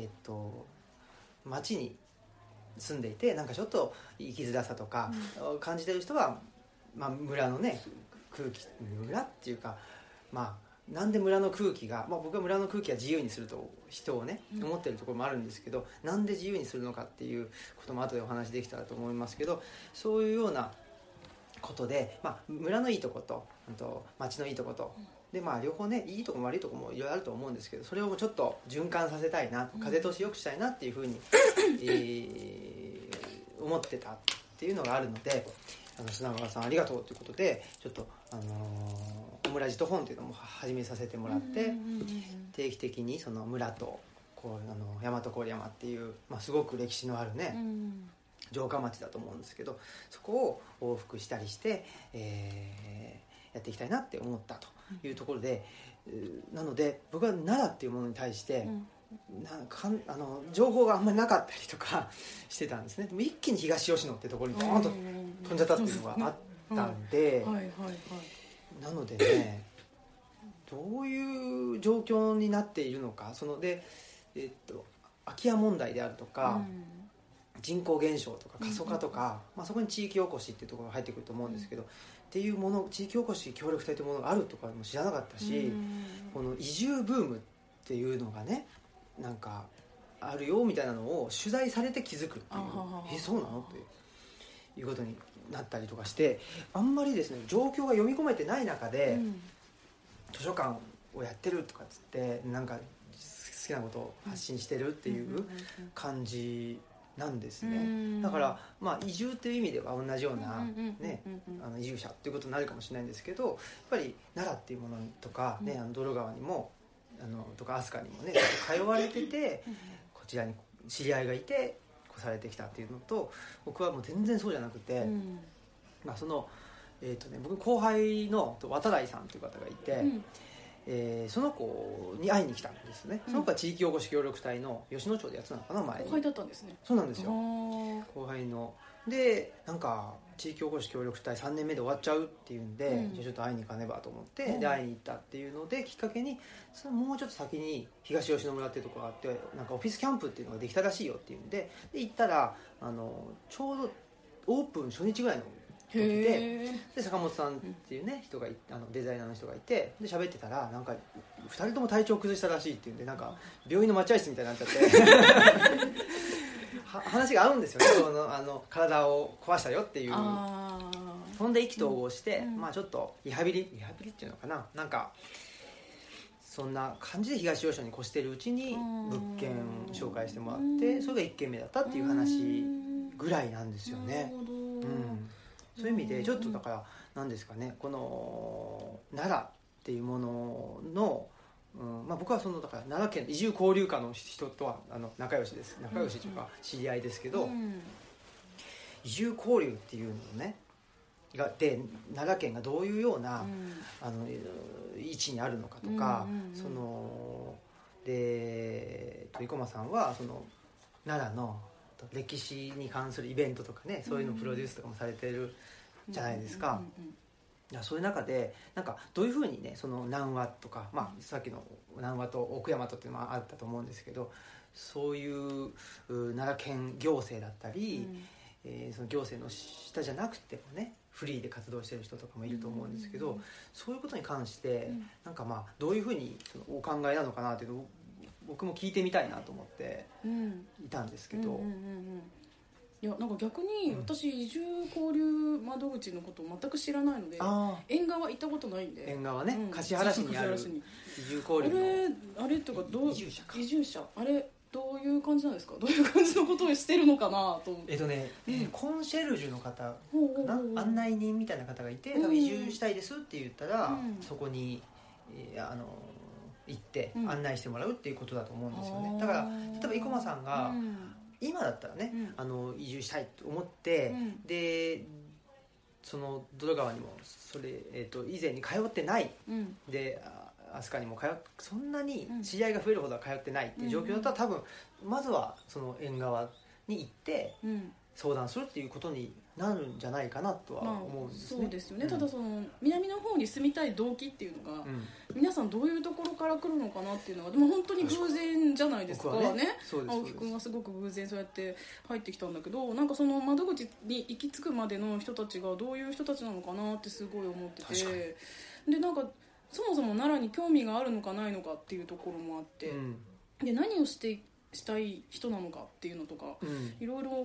町に住んでいてなんかちょっと生きづらさとか感じてる人は、村のね空気、村っていうかなんで村の空気が、僕は村の空気は自由にすると人をね思ってるところもあるんですけど、なんで自由にするのかっていうことも後でお話できたらと思いますけど、そういうようなことで、村のいいとこと、町のいいとことで、両方ねいいとこも悪いとこもいろいろあると思うんですけど、それをちょっと循環させたいな、風通しよくしたいなっていうふうに、思ってたっていうのがあるので、砂川さんありがとうということで、ちょっとオムラジと本というのも始めさせてもらって、定期的にその村とこう大和郡山っていう、すごく歴史のあるね、城下町だと思うんですけど、そこを往復したりして、やっていきたいなって思ったというところで、なので僕は奈良っていうものに対して、情報があんまりなかったりとかしてたんですね。でも一気に東吉野ってところにボーンと飛んじゃったっていうのがあったんで、なのでね、どういう状況になっているのか、空き家問題であるとか、人口減少とか過疎化とか、そこに地域おこしっていうところが入ってくると思うんですけど、っていうもの、地域おこし協力隊というものがあるとかも知らなかったし、この移住ブームっていうのがね、なんかあるよみたいなのを取材されて気づくっていう、そうなのということになったりとかして、あんまりですね状況が読み込めてない中で、図書館をやってるとかっつってなんか好きなことを発信してるっていう感じなんですね。だから移住という意味では同じような、ね、移住者っていうことになるかもしれないんですけど、やっぱり奈良っていうものとか、ね、泥川にもとか飛鳥にもね通われてて、こちらに知り合いがいて越されてきたっていうのと、僕はもう全然そうじゃなくて、僕後輩の渡来さんという方がいて、その子に会いに来たんですね。その子は地域おこし協力隊の吉野町でやってたのかな、前に。 後輩だったんですね。 そうなんですよ、後輩ので、なんか地域おこし協力隊3年目で終わっちゃうっていうんで、じゃあちょっと会いに行かねばと思って、で会いに行ったっていうのできっかけに、もうちょっと先に東吉野村っていうところがあって、なんかオフィスキャンプっていうのができたらしいよっていうんで、行ったらちょうどオープン初日ぐらいの時で坂本さんっていうね人がデザイナーの人がいて、で喋ってたら、なんか2人とも体調崩したらしいっていうんで、なんか病院の待合室みたいになっちゃって話が合うんですよね、体を壊したよっていう。そんで意気投合して、ちょっとリハビリっていうのかな、なんかそんな感じで東吉野に越してるうちに物件紹介してもらって、それが1軒目だったっていう話ぐらいなんですよね。そういう意味でちょっとだから何ですかね、この奈良っていうものの、僕はだから奈良県移住交流課の人とは仲良しです。仲良しというか知り合いですけど、移住交流っていうのねで奈良県がどういうような、位置にあるのかとか、で生駒さんは奈良の歴史に関するイベントとかね、そういうのプロデュースとかもされてるじゃないですか。そういう中でなんかどういうふうにね、南和とか、さっきの南和と奥大和っていうのもあったと思うんですけど、そういう奈良県行政だったり、その行政の下じゃなくてもねフリーで活動してる人とかもいると思うんですけど、そういうことに関してなんかどういうふうにお考えなのかなっていうのを僕も聞いてみたいなと思っていたんですけど、 いやなんか逆に私、移住交流窓口のことを全く知らないので、縁側行ったことないんで。 縁側ね、橿原市にある移住交流のあれとか移住者あれどういう感じなんですか？どういう感じのことをしてるのかなと思って。 コンシェルジュの方かな、案内人みたいな方がいて、移住したいですって言ったら、そこに行って案内してもらうっていうことだと思うんですよね。だから例えば生駒さんが今だったらね、移住したいと思って、でその泥川にも以前に通ってない、で飛鳥にもそんなに知り合いが増えるほどは通ってないっていう状況だったら、多分まずはその縁側に行って相談するっていうことになるんじゃないかなとは思うんですね。 そうですよね。ただ南の方に住みたい動機っていうのが、皆さんどういうところから来るのかなっていうのが、でも本当に偶然じゃないですかね。青木くんはすごく偶然そうやって入ってきたんだけど、なんかその窓口に行き着くまでの人たちがどういう人たちなのかなってすごい思ってて、でなんかそもそも奈良に興味があるのかないのかっていうところもあって、で何をしたい人なのかっていうのとか、いろいろ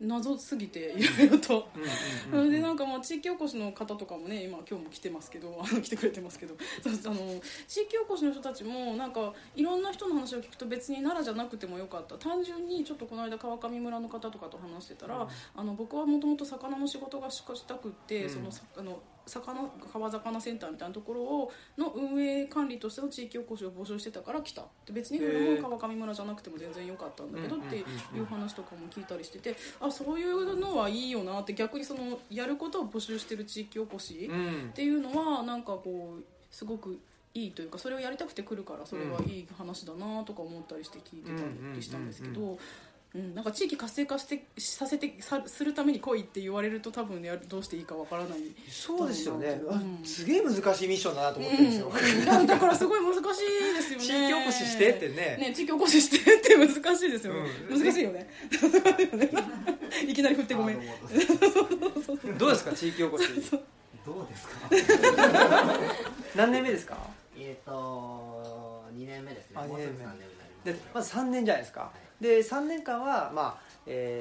謎すぎていろいろとでなんかまあ地域おこしの方とかもね今日も来てますけど来てくれてますけど地域おこしの人たちもなんかいろんな人の話を聞くと別に奈良じゃなくてもよかった、単純にちょっとこの間川上村の方とかと話してたら、僕はもともと魚の仕事がしたくって、その川魚センターみたいなところの運営管理としての地域おこしを募集してたから来た、別にそれも川上村じゃなくても全然よかったんだけどっていう話とかも聞いたりしてて、そういうのはいいよなって、逆にそのやることを募集してる地域おこしっていうのはなんかこうすごくいいというか、それをやりたくて来るからそれはいい話だなとか思ったりして聞いてたりしたんですけど、なんか地域活性化するために来いって言われると多分、ね、どうしていいかわからない。 そうですよね、すげえ難しいミッションだなと思ってるんですよ、 だからすごい難しいですよね。 地域おこししてってね地域おこししてって難しいですよね、難しいよねいきなり振ってごめんどうですか地域おこしどうですか何年目ですか 2年目ですね。もうすぐ3年目になります。 でまず3年じゃないですか、で3年間はまあ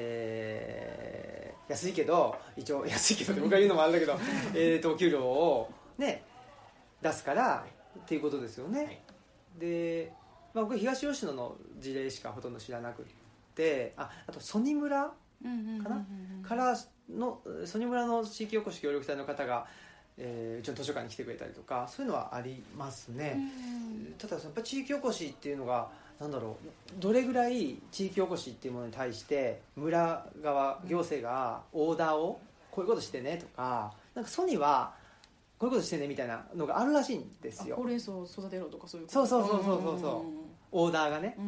安いけど一応安いけどって僕が言うのもあれだけどお給料をね出すからっていうことですよね、はい、で、僕東吉野の事例しかほとんど知らなくて、あと曽爾村かな、からの曽爾村の地域おこし協力隊の方がうちの図書館に来てくれたりとか、そういうのはありますね、ただやっぱり地域おこしっていうのがなんだろう、どれぐらい地域おこしっていうものに対して村側行政がオーダーをこういうことしてねとか、なんかソニーはこういうことしてねみたいなのがあるらしいんですよ。 ほうれん草を育てろとかそういうこと。 そうオーダーがね、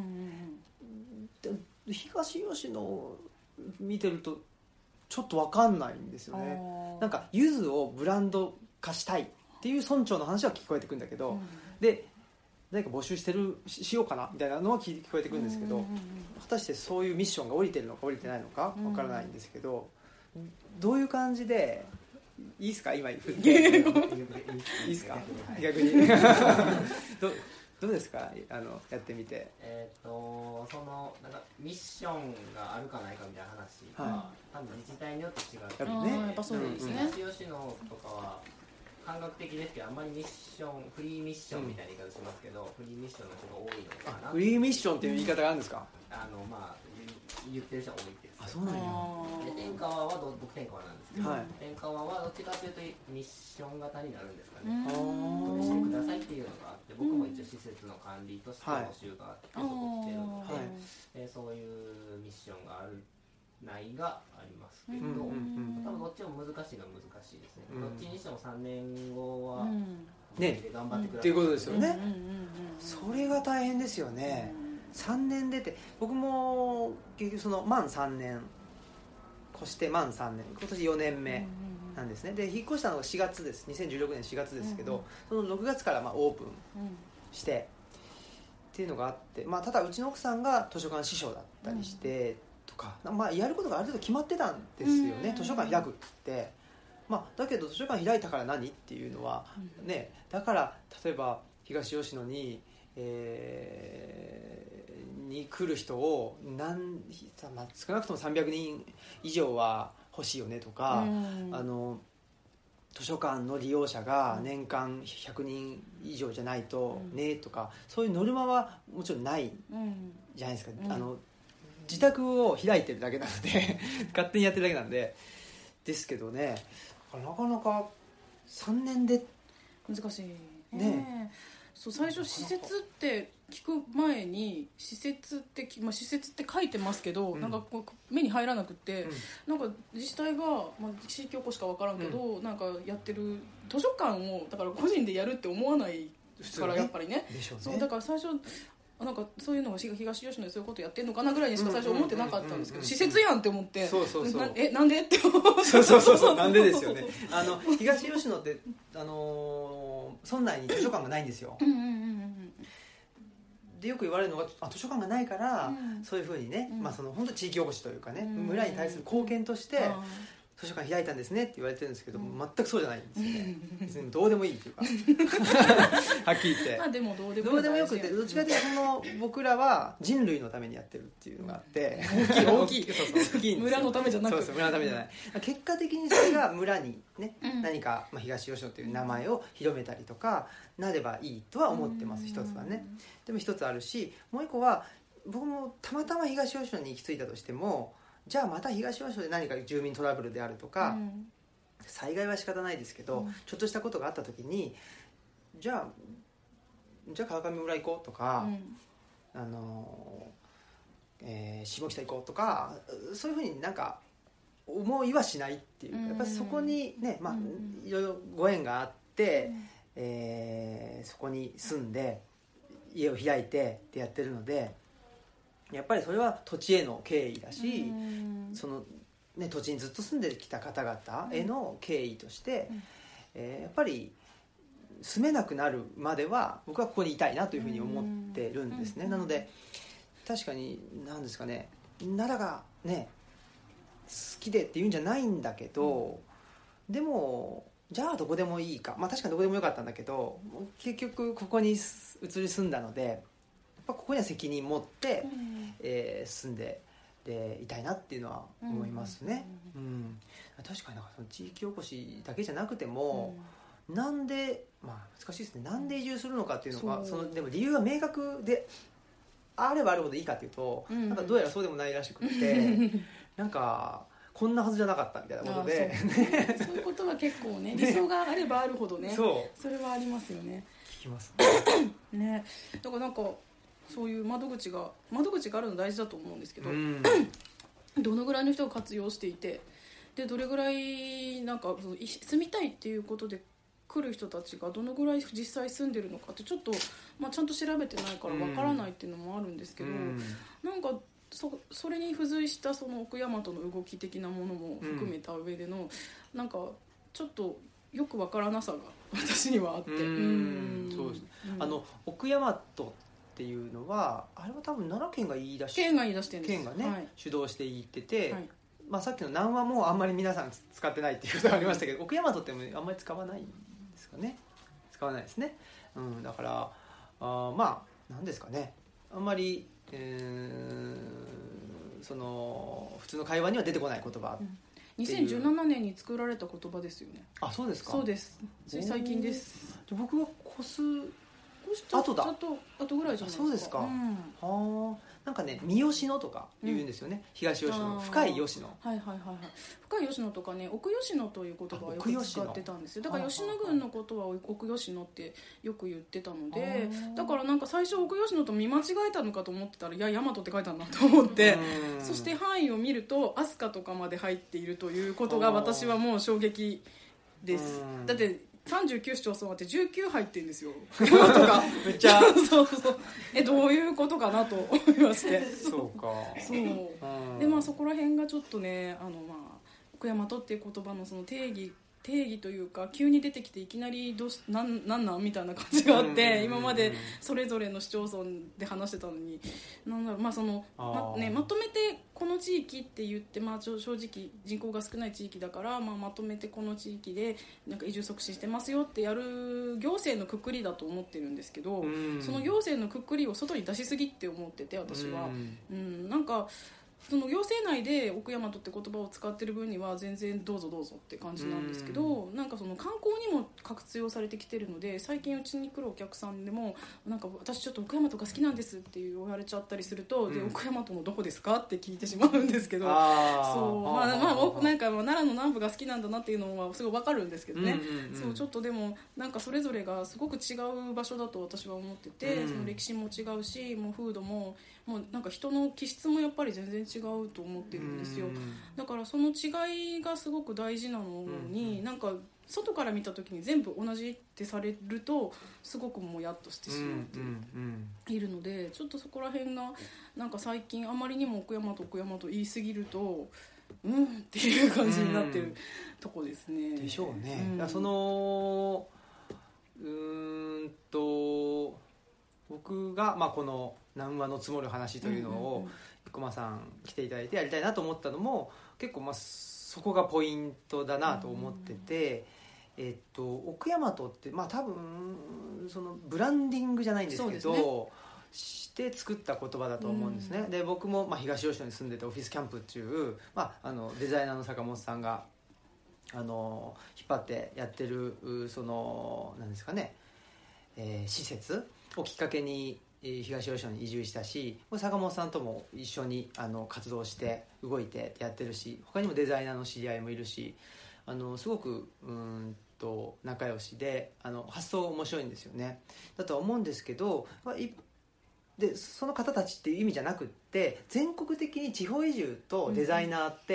東吉野見てるとちょっと分かんないんですよね。なんか柚子をブランド化したいっていう村長の話は聞こえてくるんだけど、で何か募集しようかなみたいなのは聞こえてくるんですけど、果たしてそういうミッションが降りてるのか降りてないのか分からないんですけど、どういう感じでいいですか今いいですか逆にどうですかやってみて。 そのなんかミッションがあるかないかみたいな話が、多分自治体によって違ってやっぱそうですね。 東吉野とかは感覚的ですけど、あんまりミッションフリーミッションみたいな言い方しますけど、フリーミッションの人が多いのかな。 フリーミッションっていう言い方があるんですか。 言ってる人は多いです。 あ、そうなんや。 で天川は僕天川なんですけど、天川はどっちかというとミッション型になるんですかね。これしてくださいっていうのがあって、僕も一応施設の管理として募集があってそこ来てるので、そういうミッションがあるないがありますけど、多分どっちも難しいのは難しいですね。どっちにしても3年後はね頑張ってくださいっていうことですよね。それが大変ですよね。3年出て、僕も結局その満3年越して満3年、今年4年目なんですね。で引っ越したのが4月です。2016年4月ですけど、その6月からオープンしてっていうのがあって、ただうちの奥さんが図書館司書だったりしてとか、やることがある程度決まってたんですよね。図書館開くって、だけど図書館開いたから何っていうのはね、だから例えば東吉野に来る人を少なくとも300人以上は欲しいよねとか、図書館の利用者が年間100人以上じゃないとねとか、そういうノルマはもちろんないじゃないですか。自宅を開いてるだけなので勝手にやってるだけなんですけどね、なかなか3年で難しいね。そう、最初施設って聞く前に施設って書いてますけど、なんかこう目に入らなくて、なんか自治体が、地域おこしか分からんけど、なんかやってる図書館をだから個人でやるって思わないからやっぱりね。そうだから最初なんかそういうのが東吉野でそういうことやってんのかなぐらいにしか最初思ってなかったんですけど、施設やんって思って、なんでってそうなんでですよね。東吉野って村内に図書館がないんですよ。でよく言われるのが図書館がないから、そういうふうにね、その本当地域おこしというかね、村に対する貢献として図書館開いたんですねって言われてるんですけど、全くそうじゃないんですよね。別にどうでもいいっていうかはっきり言ってでもどうでもよくて、どっちかというとその僕らは人類のためにやってるっていうのがあって、 大きい大きい村のためじゃなくて、 そう村のためじゃない、結果的にそれが村にね、何か、東吉野という名前を広めたりとかなればいいとは思ってます。一つはね。でも一つあるし、もう一個は僕もたまたま東吉野に行き着いたとしても、じゃあまた東吉野で何か住民トラブルであるとか、災害は仕方ないですけど、ちょっとしたことがあった時にじゃあ川上村行こうとか、下北行こうとか、そういうふうになんか思いはしないっていう、やっぱりそこにね、いろいろご縁があって、そこに住んで家を開いてってやってるので、やっぱりそれは土地への敬意だし、その、ね、土地にずっと住んできた方々への敬意として、やっぱり住めなくなるまでは僕はここにいたいなというふうに思ってるんですね。なので確かに何ですかね、奈良がね好きでっていうんじゃないんだけど、でもじゃあどこでもいいか、確かにどこでもよかったんだけど、結局ここに移り住んだので、ここには責任持って、住んでいたいなっていうのは思いますね。確かにその地域おこしだけじゃなくても、なんで難しいですね、なんで移住するのかっていうのが、でも理由が明確であればあるほどいいかっていうと、なんかどうやらそうでもないらしくてなんかこんなはずじゃなかったみたいなことで、 そういうことは結構ね、理想があればあるほどね、それはありますよね。 聞きますね。だからなんかそういう窓口があるの大事だと思うんですけど、どのぐらいの人が活用していて、でどれぐらいなんか住みたいっていうことで来る人たちがどのぐらい実際住んでるのかってちょっと、ちゃんと調べてないからわからないっていうのもあるんですけど、なんかそれに付随したその奥大和の動き的なものも含めた上での、なんかちょっとよくわからなさが私にはあって、 そうです。奥大和っていうのはあれは多分奈良県が言い出してるんです。県がね、主導して言ってて、さっきの南和もあんまり皆さん使ってないっていうことがありましたけど、奥大和ってあんまり使わないんですかね。使わないですね。だからなんですかね、あんまり、その普通の会話には出てこない言葉。 2017年に作られた言葉ですよね。 あ、そうですか。 そうです。つい最近です。 僕は後だ。 後ぐらいじゃないですか。 そうですか。なんかね、三好野とか言うんですよね。東吉野、深い吉野。 深い吉野とかね、奥吉野という言葉をよく使ってたんですよ。だから吉野郡のことは奥吉野ってよく言ってたので、だからなんか最初奥吉野と見間違えたのかと思ってたら、いや大和って書いてあるなと思って、そして範囲を見ると飛鳥とかまで入っているということが私はもう衝撃です。だって39市町村あって19入ってるんですよ。とかめっちゃそうどういうことかなと思いまして。 そうか。 でそこら辺がちょっとね、奥大和っていう言葉のその定義というか、急に出てきていきなりなんみたいな感じがあって、今までそれぞれの市町村で話してたのに、なんだろう、まとめてこの地域って言って、正直人口が少ない地域だから、まとめてこの地域でなんか移住促進してますよってやる行政のくくりだと思ってるんですけど、その行政のくくりを外に出しすぎって思ってて、私はなんかその行政内で奥大和って言葉を使ってる分には全然どうぞって感じなんですけど、なんかその観光にも活用されてきてるので、最近うちに来るお客さんでもなんか私ちょっと奥大和が好きなんですって言われちゃったりすると、で奥大和のどこですかって聞いてしまうんですけど、なんか奈良の南部が好きなんだなっていうのはすごい分かるんですけどね、ちょっとでもなんかそれぞれがすごく違う場所だと私は思ってて、その歴史も違うし、もう風土もなんか人の気質もやっぱり全然違うと思ってるんですよ。だからその違いがすごく大事なのに、なんか外から見た時に全部同じってされるとすごくもやっとしてしまっているので、ちょっとそこら辺がなんか最近あまりにも奥大和言い過ぎるとっていう感じになってるとこですね。 でしょうね。その僕がこの南和の積もる話というのを生駒さん来ていただいてやりたいなと思ったのも結構そそこがポイントだなと思ってて、奥大和って、まあ、多分そのブランディングじゃないんですけど、して作った言葉だと思うんですね。で僕も、東吉野に住んでてオフィスキャンプっていう、デザイナーの坂本さんが引っ張ってやってるその何ですかね、施設をきっかけに東吉野に移住したし、坂本さんとも一緒に活動して動いてやってるし、他にもデザイナーの知り合いもいるし、すごく仲良しで発想面白いんですよね。だとは思うんですけど、でその方たちっていう意味じゃなくって、全国的に地方移住とデザイナーって、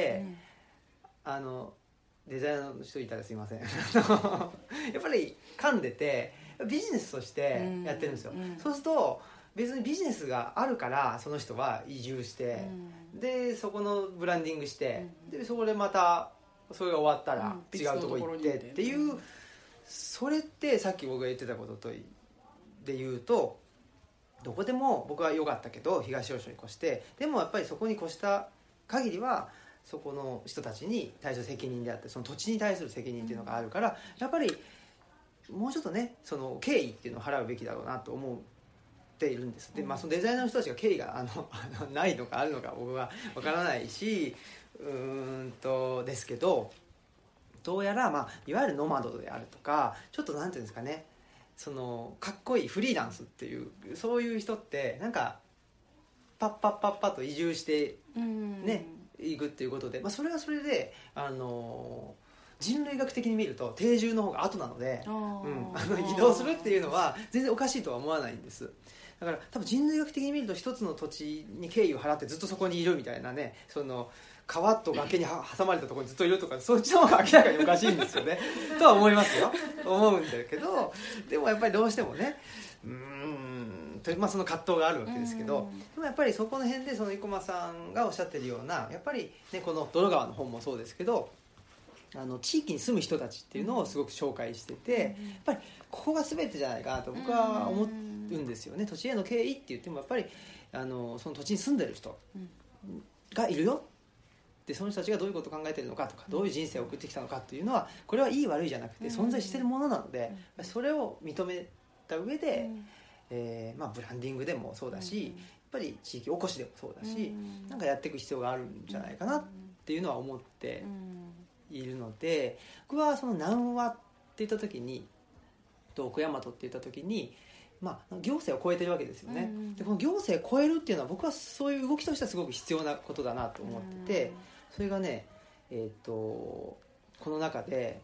デザイナーの人いたらすいませんやっぱり噛んでてビジネスとしてやってるんですよ。そうすると別にビジネスがあるからその人は移住して、でそこのブランディングして、でそこでまたそれが終わったら違うとこ行ってっていう、それってさっき僕が言ってたこととで言うと、どこでも僕は良かったけど東吉野に越して、でもやっぱりそこに越した限りはそこの人たちに対する責任であって、その土地に対する責任っていうのがあるから、やっぱりもうちょっとね、その敬意っていうのを払うべきだろうなと思っているんです。で、そのデザイナーの人たちが敬意がないのかあるのか僕は分からないし、ですけど、どうやらいわゆるノマドであるとか、ちょっとなんていうんですかね、そのかっこいいフリーランスっていう、そういう人ってなんかパッパッパッパッと移住してね、いくっていうことで、それはそれで人類学的に見ると定住の方が後なので、移動するっていうのは全然おかしいとは思わないんです。だから多分人類学的に見ると、一つの土地に敬意を払ってずっとそこにいるみたいなね、その川と崖に挟まれたところにずっといるとか、そっちの方が明らかにおかしいんですよねとは思いますよ、思うんだけど、でもやっぱりどうしてもね、その葛藤があるわけですけど、でもやっぱりそこの辺でその生駒さんがおっしゃってるような、やっぱりね、この泥川の本もそうですけど、地域に住む人たちっていうのをすごく紹介してて、やっぱりここが全てじゃないかなと僕は思うんですよね。土地への敬意って言ってもやっぱりその土地に住んでる人がいるよ、でその人たちがどういうことを考えているのかとか、どういう人生を送ってきたのかっていうのは、これはいい悪いじゃなくて存在しているものなので、それを認めた上で、ブランディングでもそうだし、やっぱり地域おこしでもそうだし、なんかやっていく必要があるんじゃないかなっていうのは思っているので、僕はその南和って言った時に、奥大和って言った時に、行政を超えてるわけですよね。でこの行政を超えるっていうのは、僕はそういう動きとしてはすごく必要なことだなと思ってて、それがね、この中で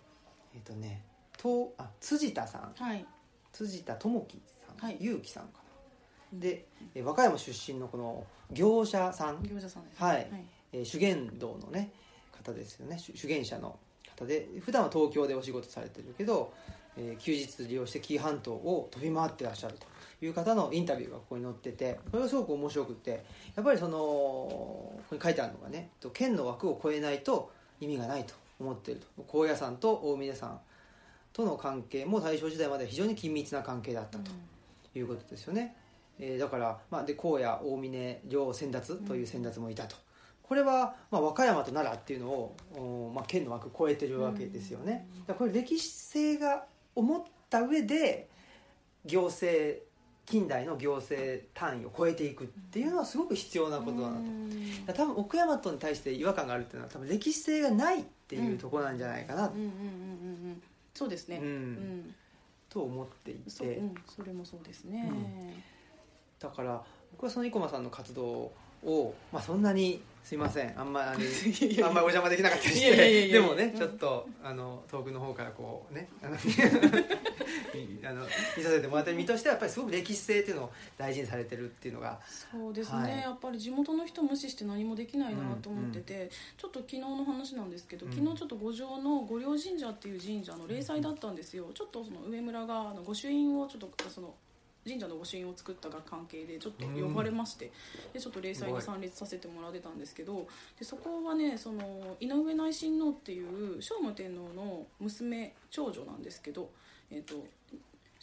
辻田さん、辻田智樹さん、結城さんかな、で和歌山出身のこの業者さん、修験道のね方ですよね。修験者の方で、普段は東京でお仕事されてるけど、休日利用して紀伊半島を飛び回ってらっしゃるという方のインタビューがここに載ってて、これがすごく面白くて、やっぱりそのここに書いてあるのがね、県の枠を超えないと意味がないと思っていると。高野山と大峰山との関係も大正時代まで非常に緊密な関係だったということですよね。だからで高野大峰両先達という先達もいたと。これは和歌山と奈良っていうのを、県の枠を超えてるわけですよね。だからこれ歴史性が思った上で行政、近代の行政単位を超えていくっていうのはすごく必要なことだなと。多分奥大和に対して違和感があるっていうのは、多分歴史性がないっていうところなんじゃないかな、 そうですね、 と思っていて、 それもそうですね、 だから僕はその生駒さんの活動を、そんなにすいません、あんまりお邪魔できなかったりしてでもね、ちょっと遠くの方からこうね見させてもらってる身としては、やっぱりすごく歴史性っていうのを大事にされてるっていうのが、 そうですね、やっぱり地元の人を無視して何もできないなと思ってて、ちょっと昨日の話なんですけど、昨日ちょっと五条の御陵神社っていう神社の例祭だったんですよ。ちょっとその上村が御朱印をちょっとその神社の御朱印を作ったが関係でちょっと呼ばれまして、でちょっと例祭に参列させてもらってたんですけど、でそこはね、その井上内親王っていう聖武天皇の娘長女なんですけど、聖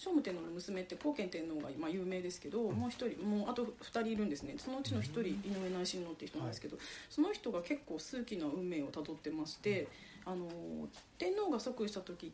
聖武天皇の娘って光顕天皇が今有名ですけど、もう一人、もうあと2人いるんですね。そのうちの1人、井上内親王っていう人なんですけど、その人が結構数奇な運命をたどってまして、天皇が即位した時って、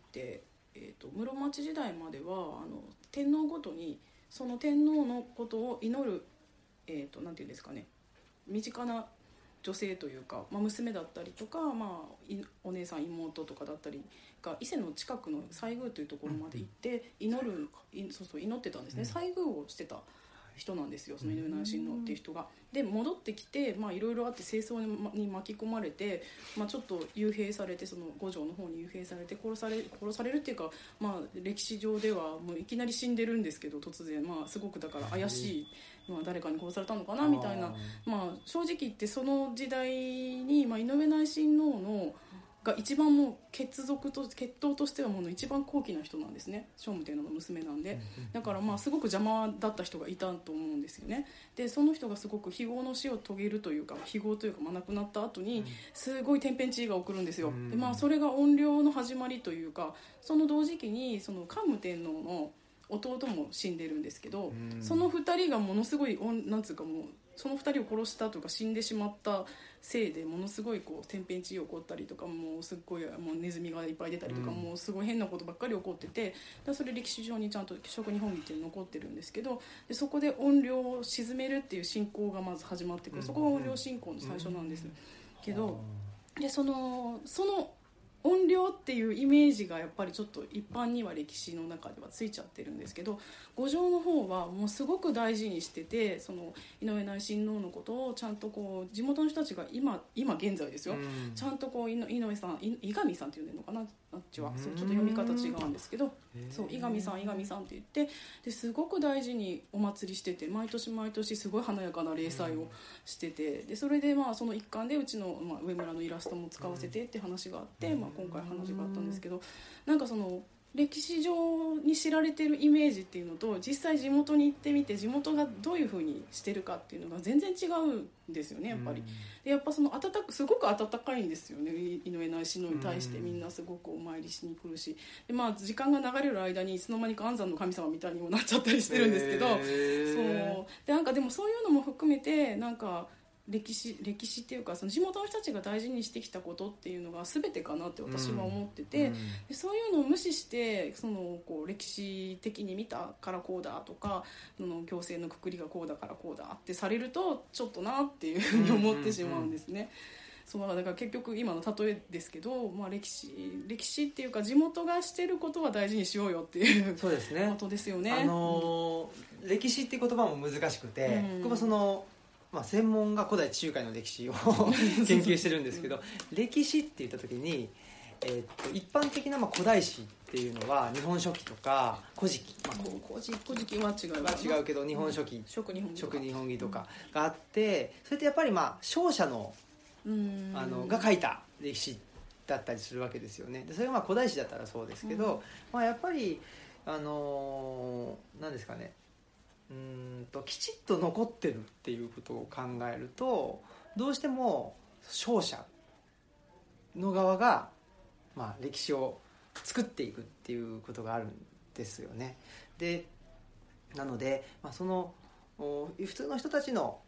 室町時代までは天皇ごとにその天皇のことを祈る、なんていうんですかね、身近な女性というか、娘だったりとか、お姉さん妹とかだったりが伊勢の近くの西宮というところまで行って祈ってたんですね。西宮をしてた人なんですよ、その井上内親王っていう人が。で戻ってきていろいろあって戦争に巻き込まれて、ちょっと幽閉されて、その五条の方に幽閉されて殺されるっていうか、歴史上ではもういきなり死んでるんですけど、突然すごくだから怪しい、誰かに殺されたのかなみたいな、正直言ってその時代に、井上内親王のが一番もう血統としてはもう一番高貴な人なんですね。聖武天皇の娘なんで、だからすごく邪魔だった人がいたと思うんですよね。でその人がすごく非業の死を遂げるというか、非業というか、亡くなった後にすごい天変地異が起こるんですよ。でそれが怨霊の始まりというか、その同時期にその桓武天皇の弟も死んでるんですけど、その2人がものすごいなんつうか、もうその2人を殺したというか死んでしまったせいでものすごい天変地異起こったりとか、もうすっごいもうネズミがいっぱい出たりとか、もうすごい変なことばっかり起こってて、それ歴史上にちゃんと食日本記っていうの残ってるんですけど、でそこで怨霊を鎮めるっていう信仰がまず始まってくる。そこが怨霊信仰の最初なんですけど、でその怨霊っていうイメージがやっぱりちょっと一般には歴史の中ではついちゃってるんですけど、五条の方はもうすごく大事にしてて、その井上内親王のことをちゃんと地元の人たちが今現在ですよ、ちゃんと井上さん、伊上さんって言うのかな、あっちはそうちょっと読み方違うんですけど、そう伊上さんって言って、ですごく大事にお祭りしてて、毎年毎年すごい華やかな例祭をしてて、でそれでその一環でうちの、上村のイラストも使わせてって話があって、今回話があったんですけど、なんかその歴史上に知られているイメージっていうのと、実際地元に行ってみて地元がどういう風にしてるかっていうのが全然違うんですよね、やっぱり。でやっぱそのすごく温かいんですよね、井上内親王に対してみんなすごくお参りしに来るし、で時間が流れる間にいつの間にか安産の神様みたいにもなっちゃったりしてるんですけど、そうでなんかでもそういうのも含めて、なんか歴史っていうか、その地元の人たちが大事にしてきたことっていうのが全てかなって私は思ってて、でそういうのを無視してその歴史的に見たからこうだとか、行政のくくりがこうだからこうだってされるとちょっとなっていうふうに思ってしまうんですね。そうだから結局今の例えですけど、歴史っていうか地元がしてることは大事にしようよっていうそうですね、 ことですよね。 歴史っていう言葉も難しくて、僕もその専門が古代地中海の歴史を研究してるんですけど、歴史って言った時に、一般的な古代史っていうのは日本書紀とか古事記、 古事記は違うけど日本書紀、 食日本紀とかがあって、それってやっぱり勝者のが書いた歴史だったりするわけですよね。でそれが古代史だったらそうですけど、やっぱり何ですかね、きちっと残ってるっていうことを考えると、どうしても勝者の側が、歴史を作っていくっていうことがあるんですよね。でなので、その普通の人たちの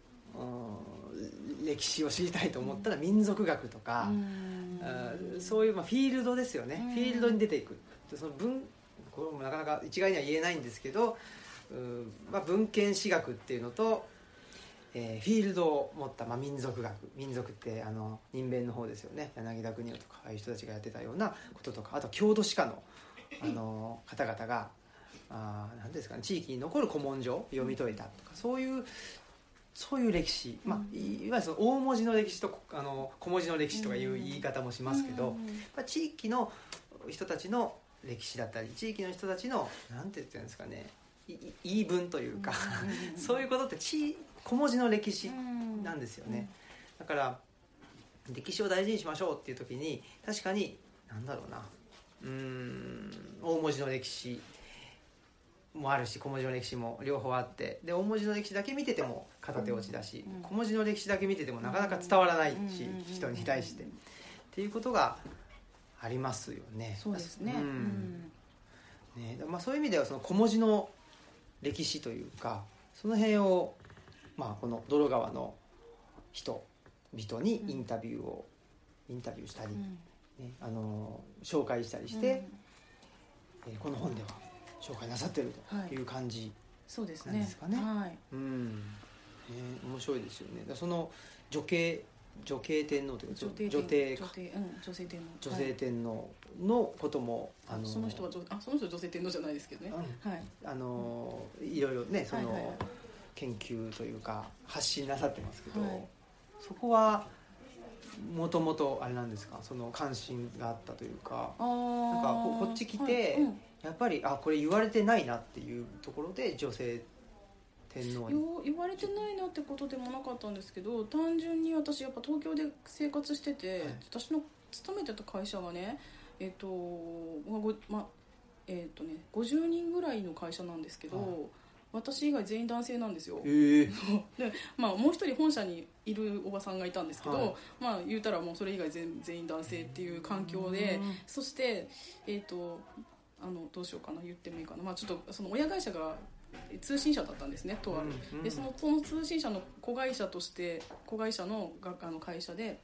歴史を知りたいと思ったら民族学とか、そういうフィールドですよね、フィールドに出ていく。そのこれもなかなか一概には言えないんですけど、文献史学っていうのと、フィールドを持った民族学、民族って人弁の方ですよね、柳田国男とかああいう人たちがやってたようなこととか、あと郷土史家の方々が何ですかね、地域に残る古文書を読み解いたとか、そういう歴史、いわゆるその大文字の歴史と小文字の歴史とかいう言い方もしますけど、地域の人たちの歴史だったり、地域の人たちのなんて言ってるんですかね、言い分というかそういうことって小文字の歴史なんですよね。だから歴史を大事にしましょうっていう時に、確かに大文字の歴史もあるし小文字の歴史も両方あって、で大文字の歴史だけ見てても片手落ちだし、小文字の歴史だけ見ててもなかなか伝わらないし、人に対してっていうことがありますよね。 そうですね。 ね、そういう意味ではその小文字の歴史というかその辺を、この泥川の人々にインタビューしたり、紹介したりして、この本では紹介なさってるという感じなんですかね。面白いですよね。その女系天皇というか女性天皇のこともその人は女性天皇じゃないですけどね、 いろいろねその研究というか発信なさってますけど、そこはもともとあれなんですか、その関心があったというか、なんかこっち来て、やっぱりこれ言われてないなっていうところで女性天皇に言われてないなってことでもなかったんですけど、単純に私やっぱ東京で生活してて、私の勤めてた会社がね50人ぐらいの会社なんですけど、私以外全員男性なんですよ。で、もう一人本社にいるおばさんがいたんですけど、言うたらもうそれ以外全員男性っていう環境で、そしてどうしようかな、言ってもいいかな、ちょっとその親会社が通信社だったんですね、とある。でその通信社の子会社の会社で、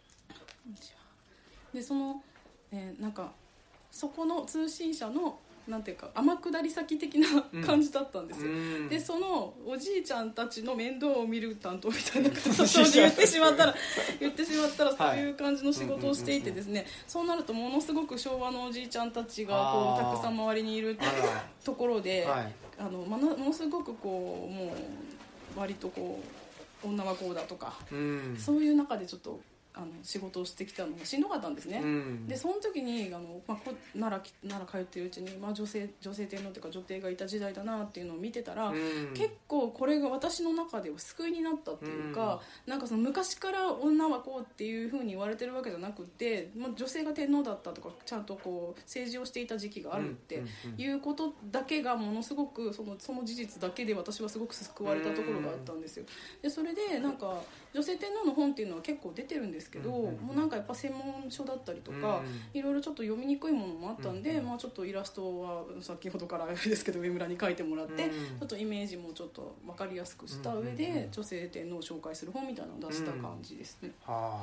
その、なんかそこの通信社のなんていうか天下り先的な感じだったんですよ。でそのおじいちゃんたちの面倒を見る担当みたいな形で言ってしまったらそういう感じの仕事をしていてですね、そうなるとものすごく昭和のおじいちゃんたちがこうたくさん周りにいるところで、ものすごくこうもう割とこう女はこうだとか、そういう中でちょっと仕事をしてきたのがしんどかったんですね。でその時に奈良通ってるうちに、女性天皇というか女帝がいた時代だなっていうのを見てたら、結構これが私の中では救いになったっていうか、なんかその昔から女はこうっていう風に言われてるわけじゃなくて、女性が天皇だったとかちゃんとこう政治をしていた時期があるっていうことだけがものすごくその事実だけで私はすごく救われたところがあったんですよ。でそれでなんか女性天皇の本っていうのは結構出てるんですけど、もうなんかやっぱ専門書だったりとか、いろいろちょっと読みにくいものもあったんで、ちょっとイラストは先ほどからあれですけど上村に描いてもらって、ちょっとイメージもちょっと分かりやすくした上で、女性天皇を紹介する本みたいなのを出した感じですね。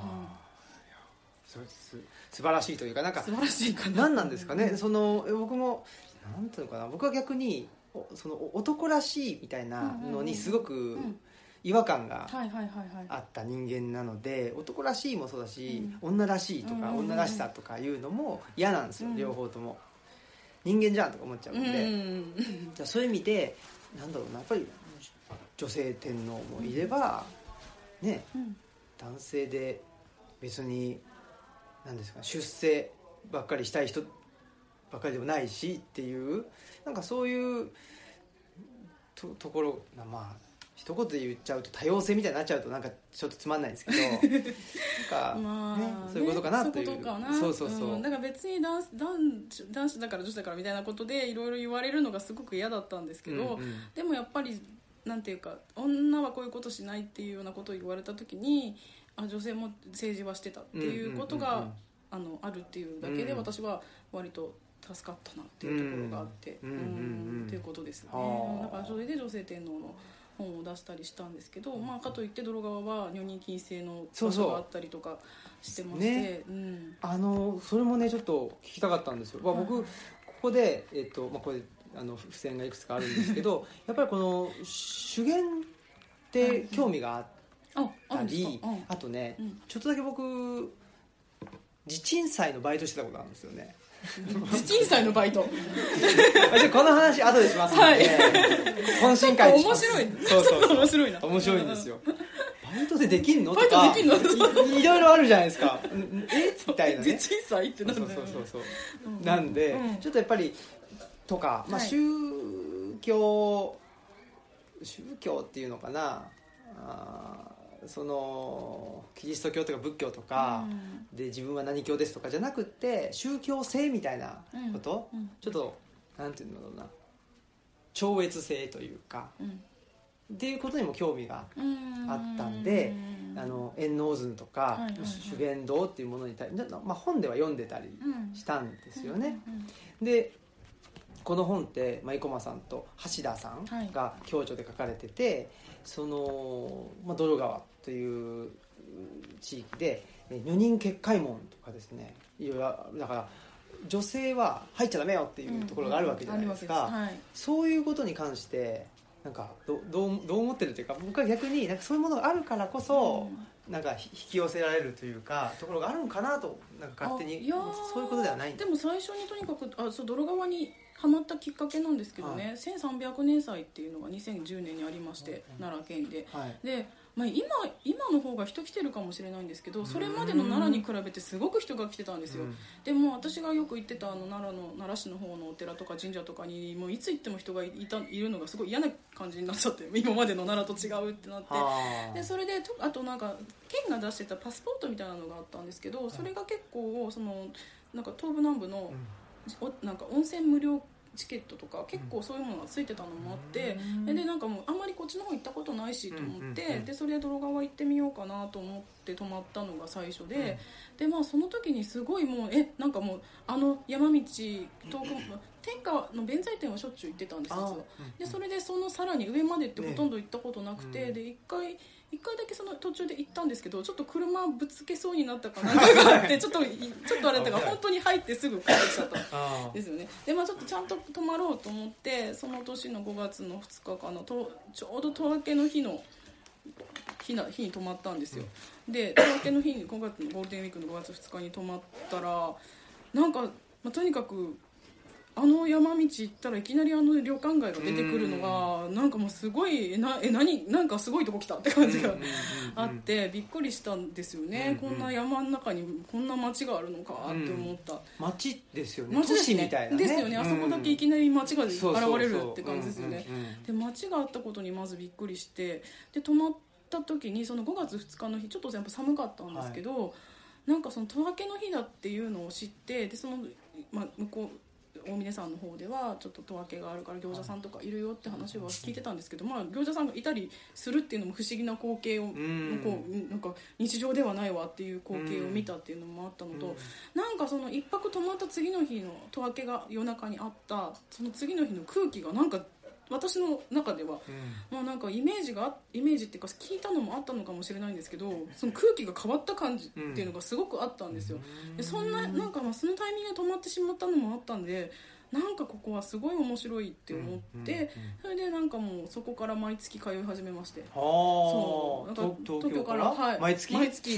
素晴らしいというか、なんか素晴らしいかな、 何なんですかね、その僕もなんていうのかな、僕は逆にその男らしいみたいなのにすごく違和感があった人間なので、男らしいもそうだし、女らしいとか、女らしさとかいうのも嫌なんですよ、両方とも。人間じゃんとか思っちゃうんで、じゃあそういう意味でなんだろうな、やっぱり女性天皇もいればね、男性で別に何ですか、出世ばっかりしたい人ばっかりでもないしっていう、なんかそういうところが一言で言っちゃうと多様性みたいになっちゃうとなんかちょっとつまんないんですけどなんか、そういうことかなという、 そういうことかな、だから別に男子だから女子だからみたいなことでいろいろ言われるのがすごく嫌だったんですけど、でもやっぱりなんていうか、女はこういうことしないっていうようなことを言われた時に、女性も政治はしてたっていうことがあるっていうだけで、私は割と助かったなっていうところがあってっていうことですね。だからそれで女性天皇の本を出したりしたんですけど、かといって泥川は女人禁制の場所があったりとかしてまして、 それもねちょっと聞きたかったんですよ。僕ここでこれ付箋がいくつかあるんですけどやっぱりこの修験って興味があったり、あとね、ちょっとだけ僕地鎮祭のバイトしてたことあるんですよね。 地鎮祭のバイトこの話後でしますので、懇親会でします。 面白い。 そう面白いな。 面白いんですよ。バイトでできんのとかいろいろあるじゃないですか。みたいなね。 地鎮祭ってなんだよ。 そうなんでちょっとやっぱりとか、宗教っていうのかな、そのキリスト教とか仏教とかで自分は何教ですとかじゃなくて、宗教性みたいなこと、ちょっとなんていうんだろうな、超越性というか、っていうことにも興味があったんで、円能図とか修験道っていうものに対して、本では読んでたりしたんですよね。でこの本って生駒さんと橋田さんが共著で書かれてて、その、泥川という地域で女人結界門とかですね、いろいろだから女性は入っちゃダメよっていうところがあるわけじゃないですか、そういうことに関してなんかどう思ってるというか、僕は逆になんかそういうものがあるからこそ、なんか引き寄せられるというかところがあるのかなと、なんか勝手にそういうことではないんでも最初にとにかく泥川にハマったきっかけなんですけどね、1300年祭っていうのが2010年にありまして、奈良県で、で、今の方が人来てるかもしれないんですけど、それまでの奈良に比べてすごく人が来てたんですよ。でも私がよく行ってた奈良市の方のお寺とか神社とかにもういつ行っても人がいるのがすごい嫌な感じになっちゃって、今までの奈良と違うってなって、でそれであとなんか県が出してたパスポートみたいなのがあったんですけど、それが結構なんか東部南部のなんか温泉無料チケットとか結構そういうものがついてたのもあって、でなんかもうあんまりこっちの方行ったことないしと思って、でそれで泥川行ってみようかなと思って泊まったのが最初で、でその時にすごいもうなんかもう山道遠く天下の弁財天はしょっちゅう行ってたんですよ。でそれでそのさらに上までってほとんど行ったことなくて、で一回だけその途中で行ったんですけど、ちょっと車ぶつけそうになったかなんかがあってちょっとあれだったから本当に入ってすぐ帰ってきちゃったんですよね。でちょっとちゃんと泊まろうと思って、その年の5月の2日かな、ちょうど十明けの日に泊まったんですよ。で十明けの日に5月のゴールデンウィークの5月2日に泊まったら、なんか、とにかく山道行ったらいきなり旅館街が出てくるのがなんかもうすごいなんかすごいとこ来たって感じがあってびっくりしたんですよね。こんな山の中にこんな街があるのかって思った。 街ですよね。 街ですね。 都市みたいなね。 ですよね。あそこだけいきなり街が現れるって感じですよね。で街があったことにまずびっくりして、で泊まった時にその5月2日の日ちょっとやっぱ寒かったんですけど、なんかその十明けの日だっていうのを知って、でその向こう大峰山の方ではちょっと十明けがあるから行者さんとかいるよって話は聞いてたんですけど、行者さんがいたりするっていうのも不思議な光景をなんか日常ではないわっていう光景を見たっていうのもあったのと、なんかその一泊泊まった次の日の十明けが夜中にあったその次の日の空気がなんか私の中では、なんかイメージっていうか聞いたのもあったのかもしれないんですけど、その空気が変わった感じっていうのがすごくあったんですよ。でそんななんかそのタイミングで止まってしまったのもあったんで、なんかここはすごい面白いって思って、それでなんかもうそこから毎月通い始めまして、 そうなんか東京から毎月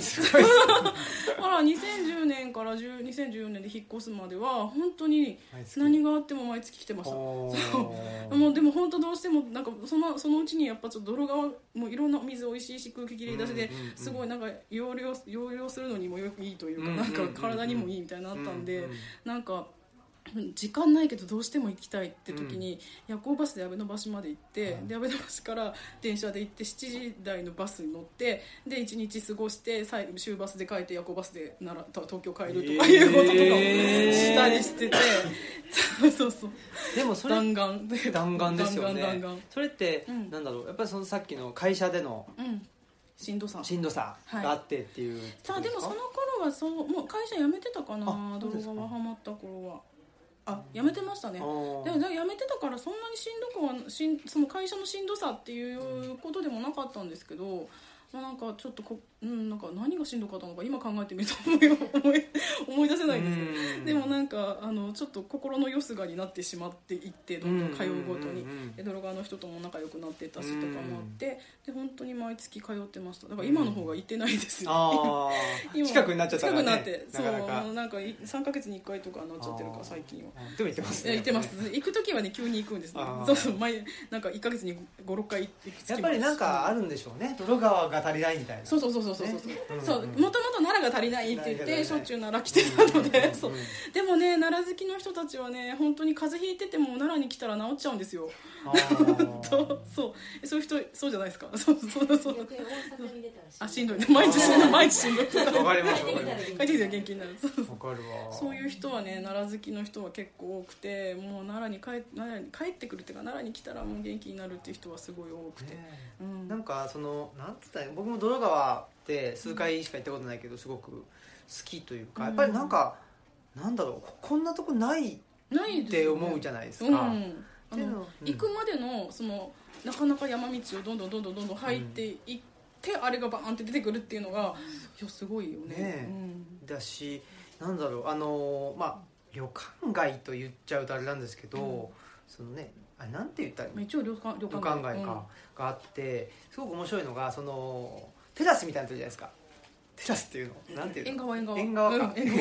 2010年から2014年で引っ越すまでは本当に何があっても毎月来てました。もうでも本当どうしてもなんかそのうちにやっぱちょっと泥川もいろんなお水おいしいし空気きれいだしですごいなんか養生するのにもよくいいというか、なんか体にもいいみたいになったんで、なんか時間ないけどどうしても行きたいって時に、夜行バスで阿部の橋まで行って、で阿部の橋から電車で行って7時台のバスに乗って、で1日過ごして最後終バスで帰って夜行バスで東京帰るとかいうこととかをしたりしてて、そうでもそれ弾丸ですよね。それって、なんだろう、やっぱりそのさっきの会社でのしんどさがあってっていう、 さあでもその頃はもう会社辞めてたかな、泥川ハマった頃は。辞めてましたね。でも辞めてたからそんなにしんどくはその会社のしんどさっていうことでもなかったんですけど、なんかちょっとなんか何がしんどかったのか今考えてみると思い出せないんですけど、でもなんかちょっと心のよすがになってしまっていって、どんどん通うごとに泥川の人とも仲良くなってたしとかもあって、で本当に毎月通ってました。だから今の方が行ってないですよ。 近くになっちゃったからね。 近くなってそうなんか3ヶ月に1回とかなっちゃってるから最近は。 でも行ってますね。 行ってます。行く時はね急に行くんですね。そうなんか1ヶ月に 5,6 回行く月も。 やっぱりなんかあるんでしょうね。泥川が足りないみたいな。 そうもともと奈良が足りないって言ってしょっちゅう奈良来てたので、でもね奈良好きの人たちはね本当に風邪ひいてても奈良に来たら治っちゃうんですよ。そういう人そうじゃないですか。そうしんどいね、毎日しんどいわかります。 帰ってきて元気になる。 わかるわ。 そういう人はね奈良好きの人は結構多くて、もう奈良に帰ってくるっていうか奈良に来たらもう元気になるっていう人はすごい多くて、 なんかなんつったら僕も泥川って数回しか行ったことないけどすごく好きというか、やっぱりなんかなんだろう、こんなとこないって思うじゃないですか。 行くまでのなかなか山道をどんどん入っていって、あれがバーンって出てくるっていうのがいやすごいよね。 だし、なんだろう、旅館街と言っちゃうとあれなんですけど、なんて言ったら一応旅館街があって、すごく面白いのがテラスみたいなとこじゃないですか。テラスっていうのなんていうの？縁側か。縁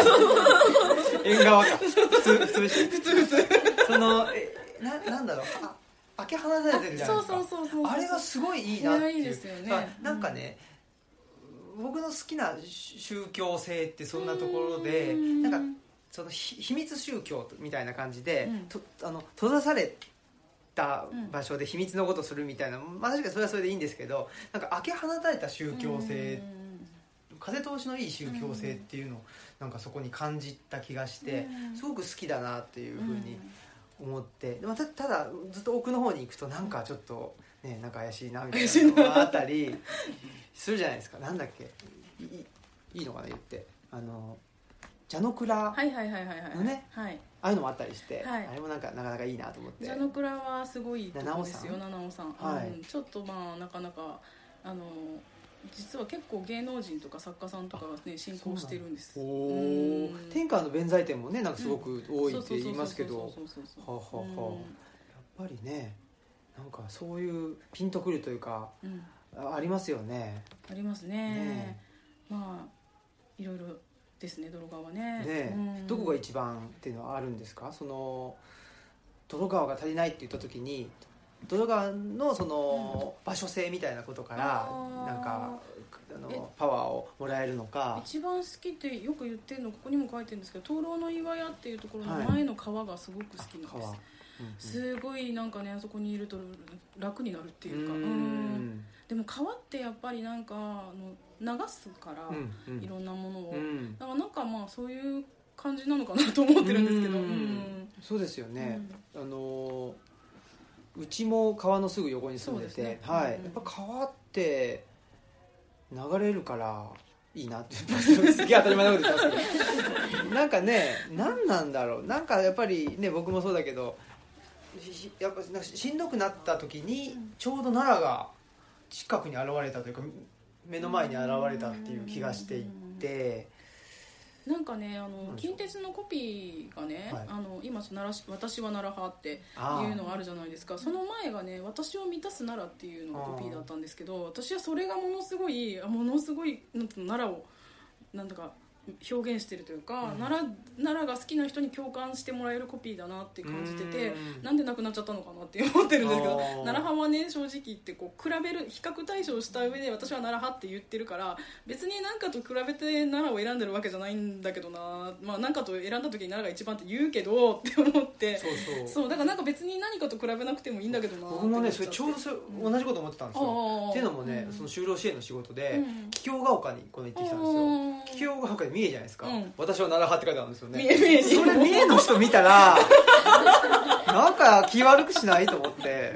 側か。普通。なんだろう、開け放されてるじゃないですか。 そうあれがすごいいいなっていう。 いいですよね。 なんかね、僕の好きな宗教性ってそんなところで、なんか秘密宗教みたいな感じで、閉ざされた場所で秘密のことするみたいな、確かにそれはそれでいいんですけど、なんか開け放たれた宗教性、風通しのいい宗教性っていうのをなんかそこに感じた気がして、すごく好きだなっていうふうに思って、ただずっと奥の方に行くとなんかちょっとね、なんか怪しいなみたいなのがあったりするじゃないですか。なんだっけ、いいのかな言って、蛇の蔵のね、ああいうのもあったりして、あれもなんかなかなかいいなと思って。 蛇の蔵はすごいとこですよ。七尾さん、ちょっとなかなか実は結構芸能人とか作家さんとかがね進行してるんです。 天下の弁財天もね、なんかすごく多いって言いますけど、やっぱりね、なんかそういうピンとくるというか、ありますよね。 ありますね。いろいろですね、泥川ね。 どこが一番っていうのはあるんですか？泥川が足りないって言った時に、泥川の場所性みたいなことからなんかパワーをもらえるのか。 一番好きってよく言ってるの、ここにも書いてるんですけど、灯籠の岩屋っていうところの前の川がすごく好きなんです。すごいなんかね、あそこにいると楽になるっていうか。でも川ってやっぱりなんか流すからいろんなものを、だからなんかそういう感じなのかなと思ってるんですけど。 そうですよね。うちも川のすぐ横に住んでて、やっぱ川って流れるからいいなってすげえ当たり前なこと言ってますけどなんかね、何なんだろう、なんかやっぱりね、僕もそうだけど、やっぱしんどくなった時にちょうど奈良が近くに現れたというか、目の前に現れたっていう気がしていて、 なんかね、近鉄のコピーがね、今私は奈良派っていうのがあるじゃないですか。その前がね、私を満たす奈良っていうのがコピーだったんですけど、私はそれがものすごい奈良をなんとか表現してるというか、奈良が好きな人に共感してもらえるコピーだなって感じてて、なんでなくなっちゃったのかなって思ってるんですけど、奈良派はね、正直言って比べる比較対象した上で私は奈良派って言ってるから、別に何かと比べて奈良を選んでるわけじゃないんだけどな、何かと選んだ時に奈良が一番って言うけどって思って、そうだからなんか別に何かと比べなくてもいいんだけどな。 僕もね、それちょうど同じこと思ってたんですよ。っていうのもね、その就労支援の仕事で桔梗ヶ丘に行ってきたんですよ。桔梗ヶ丘で三重じゃないですか。私は奈良派って書いてあるんですよね。それ三重の人見たらなんか気悪くしないと思って、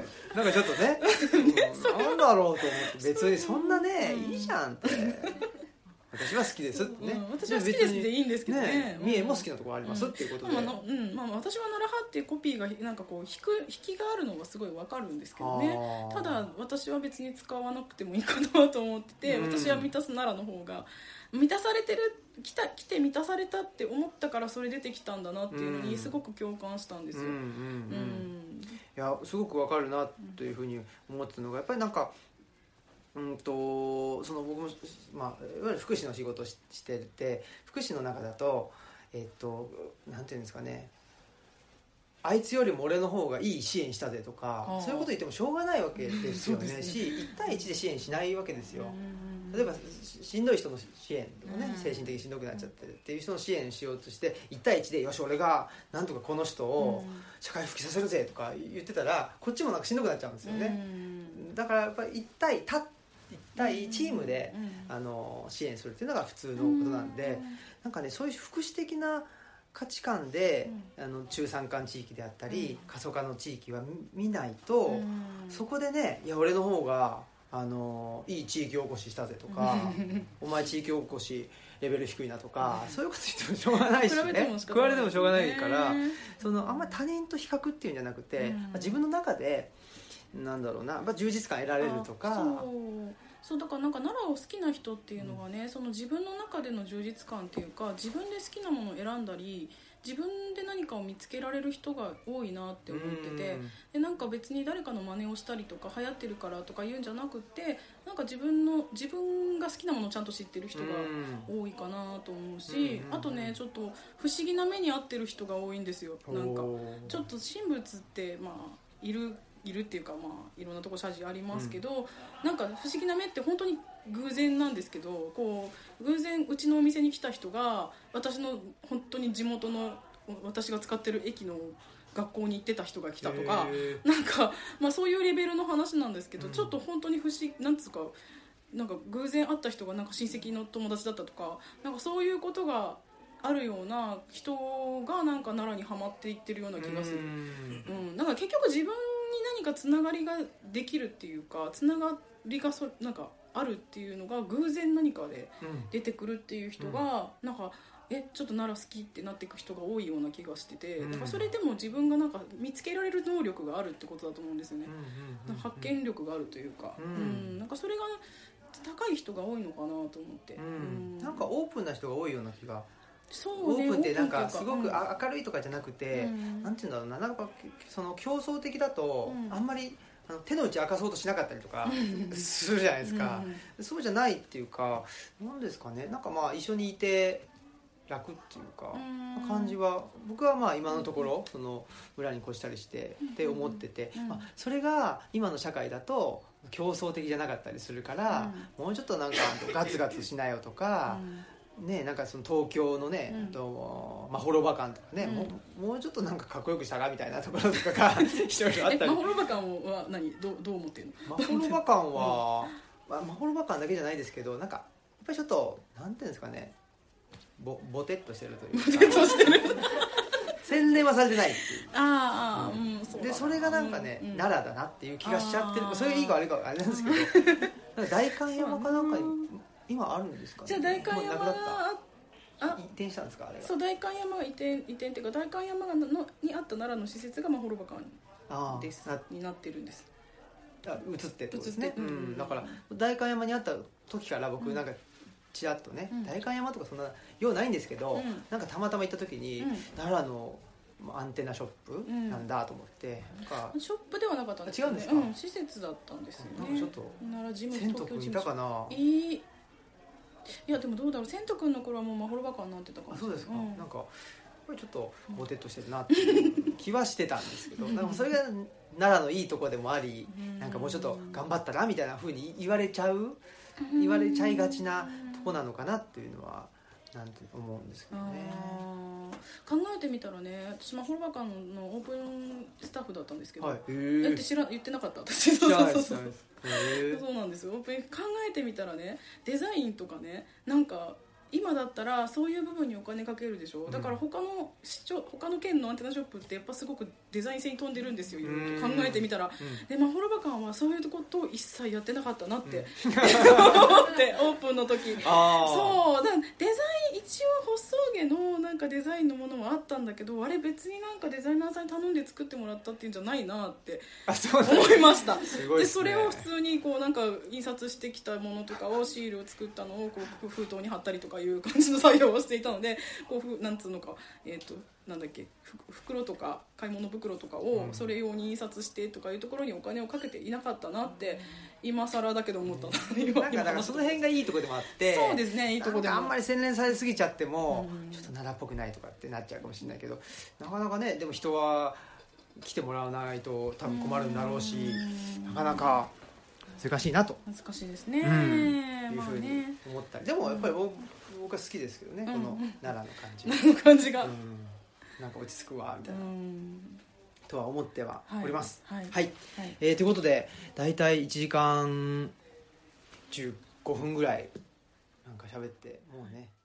なんかちょっとね、なんだろうと思って、別にそんなね、いいじゃんって。私は好きですってね。 私は好きですっていいんですけどね。 三重も好きなところありますっていうことで。 私は奈良派っていうコピーがなんかこう引きがあるのがすごいわかるんですけどね。ただ私は別に使わなくてもいいかなと思ってて、私は満たす奈良の方が満たされてる、来て満たされたって思ったからそれ出てきたんだなっていうのにすごく共感したんですよ。いや、すごくわかるなというふうに思ってたのが、やっぱりなんか僕も、いわゆる福祉の仕事をしてて、福祉の中だとなんていうんですかね、あいつよりも俺の方がいい支援したぜとか、そういうこと言ってもしょうがないわけですよね。し、1対1で支援しないわけですよ。例えばしんどい人の支援とかね、精神的にしんどくなっちゃってるっていう人の支援しようとして1対1で、よし俺がなんとかこの人を社会復帰させるぜとか言ってたら、こっちもなんかしんどくなっちゃうんですよね。だからやっぱり1対チームで支援するっていうのが普通のことなんで、なんかね、そういう福祉的な価値観で中山間地域であったり過疎化の地域は見ないと、そこでね、いや俺の方がいい地域おこししたぜとかお前地域おこしレベル低いなとかそういうこと言ってもしょうがないしね、比べてもしょうがないから、あんまり他人と比較っていうんじゃなくて、自分の中でなんだろうな、充実感得られるとか。 そうだからなんか奈良を好きな人っていうのはね、その自分の中での充実感っていうか、自分で好きなものを選んだり自分で何かを見つけられる人が多いなって思ってて、でなんか別に誰かの真似をしたりとか流行ってるからとか言うんじゃなくて、なんか自分が好きなものをちゃんと知ってる人が多いかなと思うし、あとねちょっと不思議な目に遭ってる人が多いんですよ。なんかちょっと神仏っているっていうか、いろんなとこ謝辞ありますけど、なんか不思議な目って本当に偶然なんですけど、こう偶然うちのお店に来た人が私の本当に地元の私が使ってる駅の学校に行ってた人が来たとか、なんか、そういうレベルの話なんですけど、ちょっと本当に不思議なんつうか、なんか偶然会った人がなんか親戚の友達だったとか、なんかそういうことがあるような人がなんか奈良にはまっていってるような気がする。なんか結局自分に何かつながりができるっていうか、つながりがなんかあるっていうのが偶然何かで出てくるっていう人が、なんかちょっと奈良好きってなっていく人が多いような気がしてて、だからそれでも自分がなんか見つけられる能力があるってことだと思うんですよね。発見力があるというか、なんかそれが高い人が多いのかなと思って、 なんかオープンな人が多いような気が。 そうね、 オープンってなんかすごく明るいとかじゃなくて、なんていうんだろうな、なんかその競争的だとあんまり手の内明かそうとしなかったりとかするじゃないですか。そうじゃないっていうか、なんですかね、なんか一緒にいて楽っていうか感じは僕は今のところその村に越したりしてって思ってて、それが今の社会だと競争的じゃなかったりするから、もうちょっとなんかガツガツしなよとか。なんかその東京のね、まほろば館とかね、もうちょっとなんかかっこよくしたらみたいなところとかがいろいろあったり。 まほろば館はどう思ってるの？ まほろば館はまほろば館だけじゃないですけど、なんかやっぱりちょっとなんていうんですかね、ボテッとしてるというか。ボテッとしてる。洗練はされてないっていう。でそれがなんかね、奈良だなっていう気がしちゃってる。それがいいか悪いかあれなんですけど、代官山かなんかに。今あるんですかね。 じゃあ代官山が移転したんですか、あれが。 そう、代官山が移転っていうか、代官山にあった奈良の施設がまほろば館ですになってるんです。 移ってってことですね。だから代官山にあった時から僕なんかちらっとね、代官山とかそんな用ないんですけど、なんかたまたま行った時に奈良のアンテナショップなんだと思って、なんかショップではなかったんですよね。違うんですか？ 施設だったんですよね。 なんかちょっと奈良事務、 千斗君いたかな。 いやでもどうだろう、千斗君の頃はもうまほろば館になってたかもしれない。 そうですか。なんかこれちょっとボテッとしてるなっていう気はしてたんですけど、なんかそれが奈良のいいとこでもあり、なんかもうちょっと頑張ったらみたいな風に言われちゃいがちなとこなのかなっていうのはなんて思うんですけどね。 考えてみたらね、私まほろば館のオープンスタッフだったんですけど、言ってなかった私。そうなんですよ。考えてみたらね、デザインとかね、なんか今だったらそういう部分にお金かけるでしょ。だから他の県のアンテナショップってやっぱすごくデザイン性に富んでるんですよ。いろいろと考えてみたら、でまほろば館はそういうことを一切やってなかったなって思ってオープンの時。そうだ、デザイン一応発想芸のなんかデザインのものはあったんだけど、あれ別になんかデザイナーさんに頼んで作ってもらったっていうんじゃないなって思いました。でそれを普通にこうなんか印刷してきたものとかをシールを作ったのをこう封筒に貼ったりとかいう感じの作業をしていたので、こうなんつうのかなんだっけ、袋とか買い物袋とかをそれ用に印刷してとかいうところにお金をかけていなかったなって今更だけど思った。 なんかだからその辺がいいとこでもあって、 そうですね、いいとこでもあんまり洗練されすぎちゃってもちょっと奈良っぽくないとかってなっちゃうかもしれないけど、なかなかね、でも人は来てもらわないと多分困るんだろうし、なかなか難しいなと、 難しいですね、 いうふうに思ったり、でもやっぱり僕は好きですけどね、この奈良の感じが、 なんか落ち着くわみたいなとは思ってはおります。 はい、 ということでだいたい1時間15分ぐらいなんか喋って、もうね